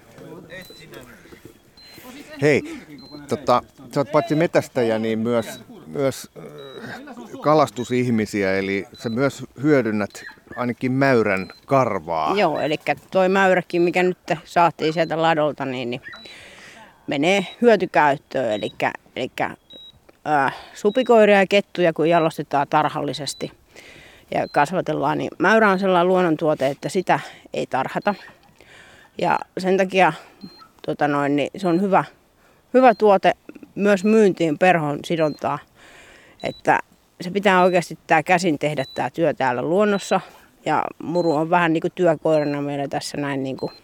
S2: Hei, tota, sä oot paitsi metästäjä, niin myös, myös äh, kalastusihmisiä, eli sä myös hyödynnät ainakin mäyrän karvaa.
S1: Joo, eli toi mäyräkin, mikä nyt saatiin sieltä ladolta, niin, niin menee hyötykäyttöön. Eli, eli äh, supikoiria ja kettuja, kun jalostetaan tarhallisesti ja kasvatellaan, niin mäyrä on sellainen luonnontuote, että sitä ei tarhata. Ja sen takia tota noin, niin se on hyvä, hyvä tuote myös myyntiin perhon sidontaa. Että se pitää oikeasti tää käsin tehdä tämä työ täällä luonnossa. Ja muru on vähän niin kuin työkoirana meillä tässä näin niin kuin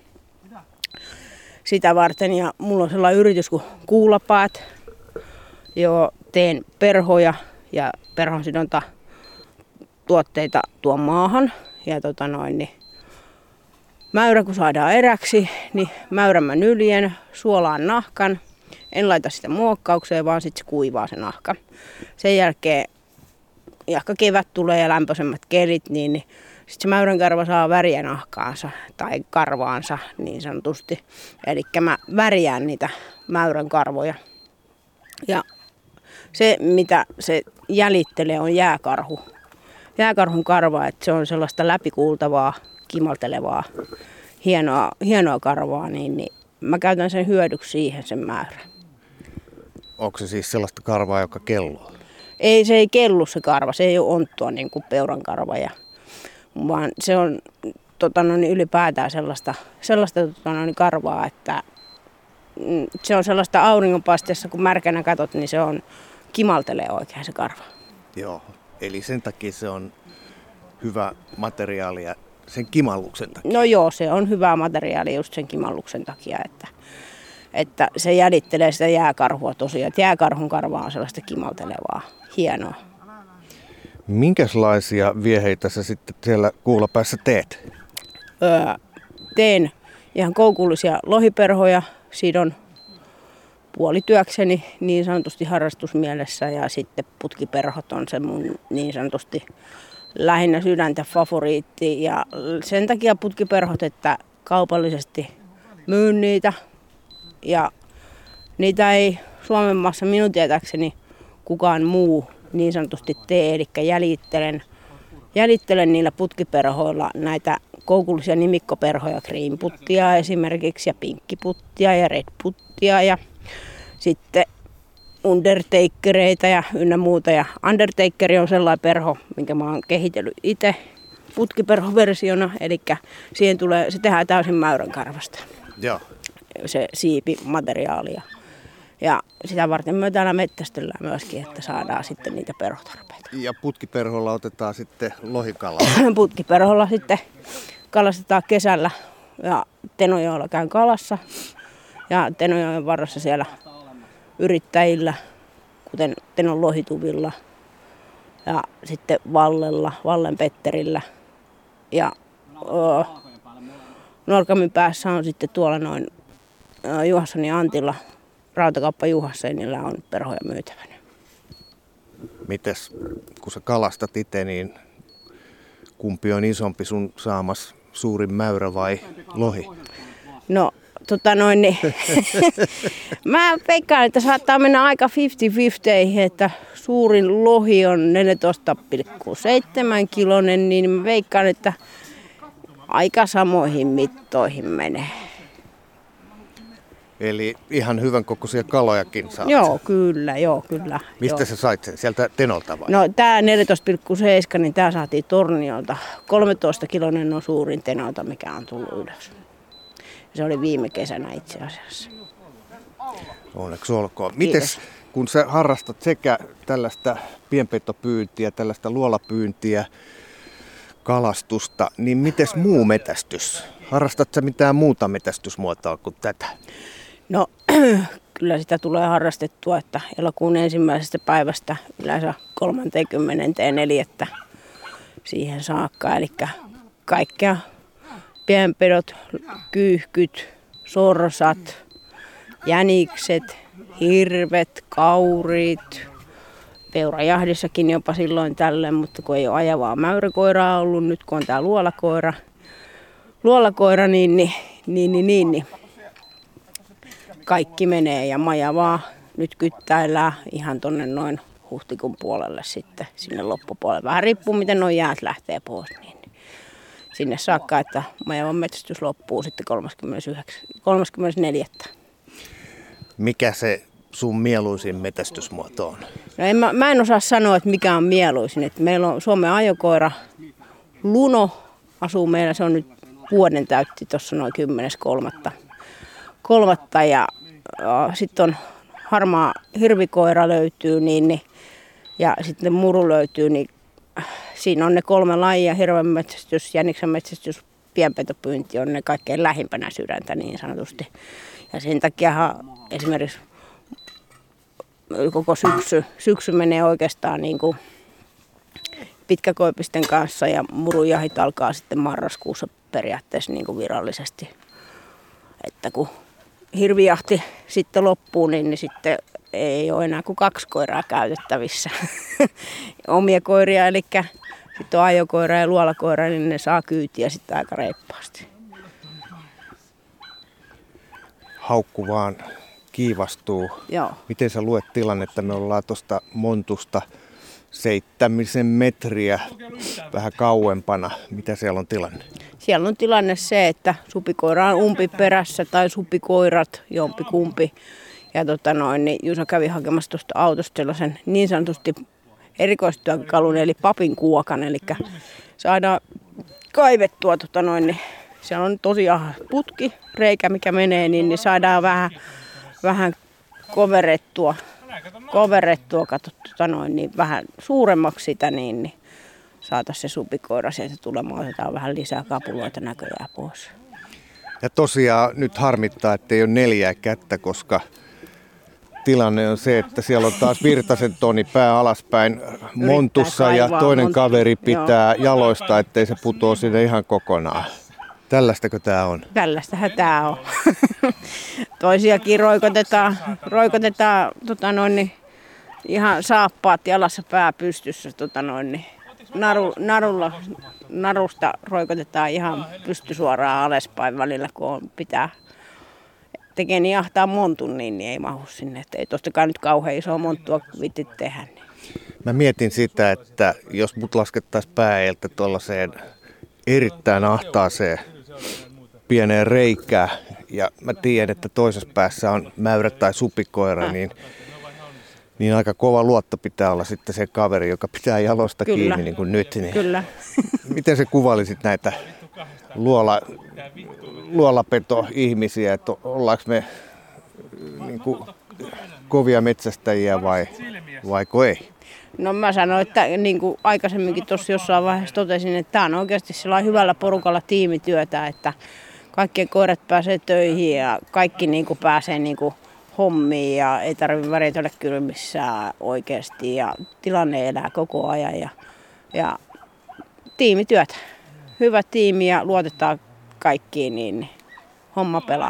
S1: sitä varten. Ja mulla on sellainen yritys kuin Kuulapäät. Joo, teen perhoja ja perhonsidonta tuotteita tuon maahan. Ja tota noin, niin mäyrä kun saadaan eräksi, niin mäyrän mä nyljen, suolaan nahkan. En laita sitä muokkaukseen, vaan sitten se kuivaa se nahka. Sen jälkeen, jahka kevät tulee ja lämpöisemmät kelit, niin, niin sitten se mäyränkarva saa väriä nahkaansa tai karvaansa niin sanotusti. Eli mä värjään niitä mäyrän karvoja. Ja se, mitä se jäljittelee, on jääkarhu. Jääkarhun karva, että se on sellaista läpikuultavaa, kimaltelevaa, hienoa, hienoa karvaa, niin, niin mä käytän sen hyödyksi siihen sen määrän.
S2: Onko se siis sellaista karvaa, joka kelloo?
S1: Ei, se ei kellu se karva, se ei ole onttua niin kuin peuran karva, ja, vaan se on tota, no, niin ylipäätään sellaista, sellaista tota, no, niin karvaa, että mm, se on sellaista auringonpaisteessa, kun märkänä katot, niin se on kimaltelee oikein se karva.
S2: Joo, eli sen takia se on hyvä materiaali ja sen kimalluksen takia.
S1: No joo, se on hyvää materiaalia just sen kimalluksen takia, että, että se jäljittelee sitä jääkarhua tosiaan. Että jääkarhun karva on sellaista kimaltelevaa, hienoa.
S2: Minkälaisia vieheitä sä sitten siellä Kuulapäässä teet?
S1: Öö, teen ihan koukullisia lohiperhoja, sidon puolityökseni niin sanotusti harrastusmielessä, ja sitten putkiperhot on se mun niin sanotusti lähinnä sydäntä favoriitti, ja sen takia putkiperhot, että kaupallisesti myyn niitä ja niitä ei Suomen maassa minun tietääkseni kukaan muu niin sanotusti tee, eli jäljittelen, jäljittelen niillä putkiperhoilla näitä koukullisia nimikkoperhoja, cream-puttia esimerkiksi ja pinkkiputtia ja red-puttia ja sitten undertakereita ja ynnä muuta. Ja undertakeri on sellainen perho, minkä mä oon kehitellyt itse putkiperhoversiona, eli siihen tulee, se tehdään täysin mäyrän karvasta,
S2: Joo.
S1: se siipimateriaalia. Ja sitä varten me täällä mettästellään myöskin, että saadaan sitten niitä perhotarpeita.
S2: Ja putkiperholla otetaan sitten lohikalaa.
S1: Putkiperholla sitten kalastetaan kesällä ja Tenojoella käyn kalassa. Ja Tenojoen varressa siellä yrittäjillä, kuten Tenon lohituvilla ja sitten Vallella, Vallen Petterillä. Ja öö, Norkamin päässä on sitten tuolla noin öö, Juhassonin Antilla, rautakauppa Juhassa, niillä on perhoja myytävänä.
S2: Mites, kun sä kalastat itse, niin kumpi on isompi, sun saamas suurin mäyrä vai lohi?
S1: No tota noin, niin, mä veikkaan, että saattaa mennä aika viisikymmentä viisikymmentä, että suurin lohi on neljätoista pilkku seitsemän kilonen, niin mä veikkaan, että aika samoihin mittoihin menee.
S2: Eli ihan hyvän kokoisia kalojakin saat.
S1: Joo, kyllä, joo, kyllä.
S2: Mistä
S1: joo.
S2: sä sait sen? Sieltä Tenolta vai?
S1: No tää neljätoista pilkku seitsemän, niin tää saatiin Torniolta. kolmetoista kilonen on suurin Tenolta, mikä on tullut ylös. Se oli viime kesänä itse asiassa.
S2: Onneksi olkoon. Mites, kun sä harrastat sekä tällaista pienpetopyyntiä, tällaista luolapyyntiä, kalastusta, niin mites muu metästys? Harrastat sä mitään muuta metästysmuotoa kuin tätä?
S1: No kyllä sitä tulee harrastettua, että elokuun ensimmäisestä päivästä yleensä kolmekymmentäneljä siihen saakka. Eli kaikkea pienpedot, kyyhkyt, sorsat, jänikset, hirvet, kaurit, peurajahdissakin jopa silloin tällöin, mutta kun ei ole ajavaa mäyräkoiraa ollut, nyt kun on tää luolakoira, luolakoira niin, niin, niin, niin, niin, niin kaikki menee ja majavaa nyt kyttäillään ihan tonne noin huhtikuun puolelle sitten sinne loppupuolelle. Vähän riippuu miten nuo jäät lähtee pois, niin sinne saakka, että majavan metsästys loppuu sitten kolmaskymmenesneljäs
S2: Mikä se sun mieluisin metästysmuoto on?
S1: No en, mä, mä en osaa sanoa, että mikä on mieluisin. Että meillä on Suomen ajokoira Luno asuu meillä, se on nyt vuoden täytti tuossa noin kymmenes kolmatta kolmatta ja äh, sitten on harmaa hirvikoira löytyy niin, niin, ja sitten muru löytyy, niin äh, siinä on ne kolme lajia, hirven metsästys, jäniksen metsästys, pienpetopyynti on ne kaikkein lähimpänä sydäntä niin sanotusti. Ja sen takia esimerkiksi koko syksy, syksy menee oikeastaan niin kuin pitkäkoipisten kanssa ja murujahit alkaa sitten marraskuussa periaatteessa niin kuin virallisesti. Että kun hirvijahti sitten loppuu, niin, niin sitten ei ole enää kuin kaksi koiraa käytettävissä. Omia koiria, eli sitten on ajokoira ja luolakoira, niin ne saa kyytiä sitten aika reippaasti.
S2: Haukku vaan kiivastuu.
S1: Joo.
S2: Miten sä luet tilannetta? Me ollaan tuosta montusta seitsemisen metriä vähän kauempana. Mitä siellä on tilanne?
S1: Siellä on tilanne se, että supikoira on umpiperässä tai supikoirat, jompikumpi. Ja tota noin, niin Juuso kävi hakemassa tuosta autosta sellaisen niin sanotusti erikoistyökalun, eli papin kuokan. Eli saadaan kaivettua, tota noin, niin siellä on tosiaan putki, reikä mikä menee, niin, niin saadaan vähän, vähän koverettua, koverettua katso, tota noin, niin vähän suuremmaksi sitä, niin, niin saataisiin se supikoira sieltä tulemaan. Otetaan vähän lisää kapuloita näköjään pois.
S2: Ja tosiaan nyt harmittaa, että ei ole neljää kättä, koska tilanne on se, että siellä on taas Virtasen Toni pää alaspäin montussa ja toinen kaveri pitää Joo. jaloista, ettei se putoo sinne ihan kokonaan. Tällaistako tämä on?
S1: Tällaistähän tämä on. Toisiakin roikotetaan, roikotetaan tota noin, niin ihan saappaat jalassa pää pystyssä. Tota noin, niin naru, narulla, narusta roikotetaan ihan pystysuoraan alaspäin välillä, kun on, pitää tekee niin ahtaa montun, niin, niin ei mahu sinne. Et ei tostakaan nyt kauhean isoa monttua vitit tehdä. Niin.
S2: Mä mietin sitä, että jos mut laskettaisiin pääeltä tuollaiseen erittäin ahtaaseen pieneen reikään, ja mä tiedän, että toisessa päässä on mäyrä tai supikoira, niin, niin aika kova luotto pitää olla sitten se kaveri, joka pitää jalosta Kyllä. kiinni niin kuin nyt. Niin
S1: Kyllä.
S2: Miten sä kuvailisit näitä luola, luolapeto-ihmisiä, että ollaanko me niin kuin kovia metsästäjiä vai vaiko ei?
S1: No mä sanoin, että niin kuin aikaisemminkin tuossa jossain vaiheessa totesin, että tämä on oikeasti sellainen hyvällä porukalla tiimityötä, että kaikkien koirat pääsee töihin ja kaikki niin kuin pääsee niin kuin hommiin ja ei tarvitse väritellä kyllä missään oikeasti ja tilanne elää koko ajan ja, ja tiimityötä. Hyvä tiimi ja luotetaan kaikkiin, niin homma pelaa.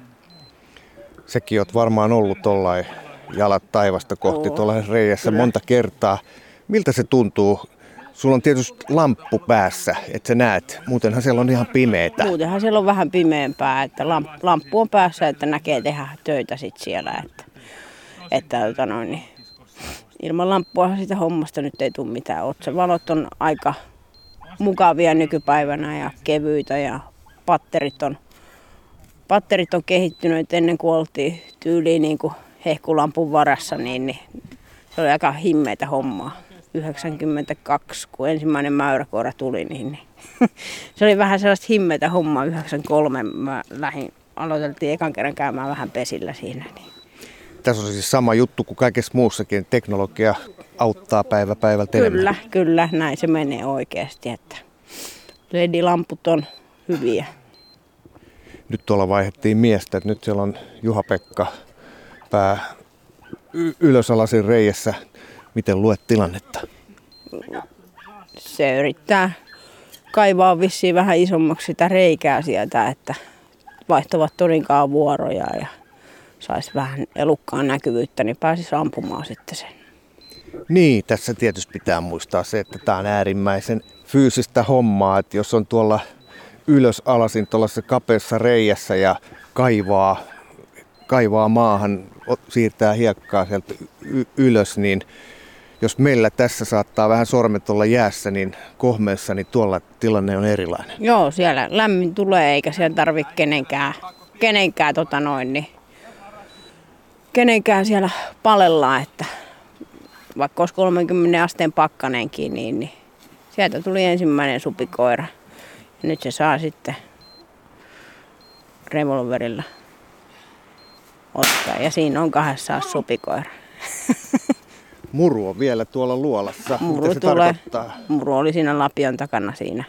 S2: Säkin oot varmaan ollut tollain jalat taivasta kohti tuolla reijässä monta kertaa. Miltä se tuntuu Sulla on tietysti lamppu päässä, että sä näet. Muutenhan siellä on ihan pimeetä.
S1: Muutenhan siellä on vähän pimeämpää, että lamp- lamppu on päässä, että näkee tehdä töitä sit siellä. Että, että tota noin, niin ilman lamppua sitä hommasta nyt ei tule mitään. Otsavalot on aika mukavia nykypäivänä ja kevyitä ja patterit on, patterit on kehittynyt. Ennen kuin oltiin tyyliin niin kuin hehkulampun varassa, niin, niin se oli aika himmeitä hommaa. yhdeksänkymmentäkaksi, kun ensimmäinen mäyräkoira tuli, niin, niin se oli vähän sellaista himmeitä hommaa. yhdeksänkymmentäkolme mä lähdin, aloiteltiin ekan kerran käymään vähän pesillä siinä. Niin.
S2: Tässä on siis sama juttu kuin kaikessa muussakin. Teknologia auttaa päivä päivältä enemmän.
S1: Kyllä, kyllä, näin se menee oikeasti, että L E D-lamput on hyviä.
S2: Nyt tuolla vaihdettiin miestä, että nyt siellä on Juha-Pekka pää y- ylösalasin reijässä. Miten luet tilannetta?
S1: Se yrittää kaivaa vissiin vähän isommaksi sitä reikää sieltä, että vaihtavat torinkaan vuoroja ja saisi vähän elukkaan näkyvyyttä, niin pääsisi ampumaan sitten sen.
S2: Niin, tässä tietysti pitää muistaa se, että tämä on äärimmäisen fyysistä hommaa, että jos on tuolla ylös alasin tuollaisessa kapeassa reijässä ja kaivaa, kaivaa maahan, siirtää hiekkaa sieltä y- ylös, niin jos meillä tässä saattaa vähän sormet olla jäässä, niin kohmeessa, niin tuolla tilanne on erilainen.
S1: Joo, siellä lämmin tulee eikä siellä tarvitse kenenkään, kenenkään, tota noin, niin, kenenkään siellä palellaan, että vaikka olisi kolmekymmentä asteen pakkanenkin, niin, niin sieltä tuli ensimmäinen supikoira. Ja nyt se saa sitten revolverilla ottaa ja siinä on kahdessa supikoira.
S2: Muru on vielä tuolla luolassa.
S1: Muru,
S2: Mitä se
S1: tulee,
S2: tarkoittaa?
S1: muru oli siinä lapion takana siinä.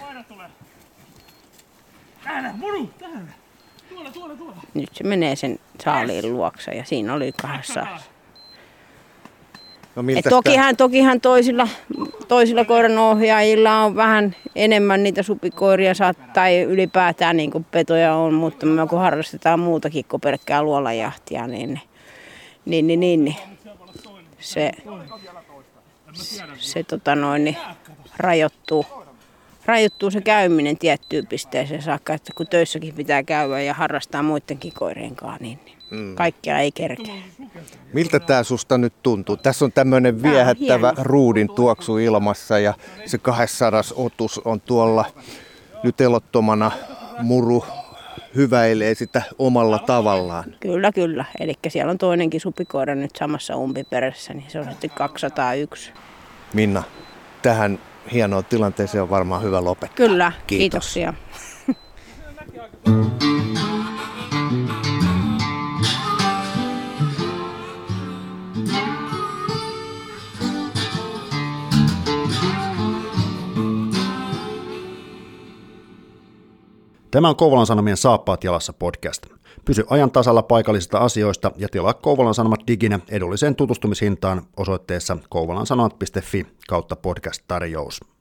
S4: Täällä, muru, täällä. Tuolla, tuolla, tuolla.
S1: Nyt se menee sen saaliin luokse ja siinä oli kahdessa.
S2: No,
S1: Et
S2: miltä
S1: tokihan, tokihan toisilla, toisilla koiranohjaajilla on vähän enemmän niitä supikoiria saat, tai ylipäätään niin kuin petoja on, mutta me kun harrastetaan muutakin kuin pelkkää luolajahtia, niin, niin, niin, niin, niin se, se, se tota noin, niin rajoittuu, rajoittuu se käyminen tiettyyn pisteeseen saakka, että kun töissäkin pitää käydä ja harrastaa muidenkin koirien kanssa, niin, niin mm. kaikkia ei kerkeä.
S2: Miltä tämä susta nyt tuntuu? Tässä on tämmöinen viehättävä ruudin tuoksu ilmassa ja se kaksisataa otus on tuolla nyt elottomana. Muru hyväilee sitä omalla tavallaan.
S1: Kyllä, kyllä. Eli siellä on toinenkin supikoira nyt samassa umpiperässä, niin se on sitten kaksisataayksi.
S2: Minna, tähän hienoon tilanteeseen on varmaan hyvä lopettaa.
S1: Kyllä,
S2: Kiitos.
S1: kiitoksia.
S6: Tämä on Kouvolan Sanomien Saappaat jalassa podcast. Pysy ajan tasalla paikallisista asioista ja tilaa Kouvolan Sanomat diginä edulliseen tutustumishintaan osoitteessa kouvolansanomat piste fi kautta podcast-tarjous.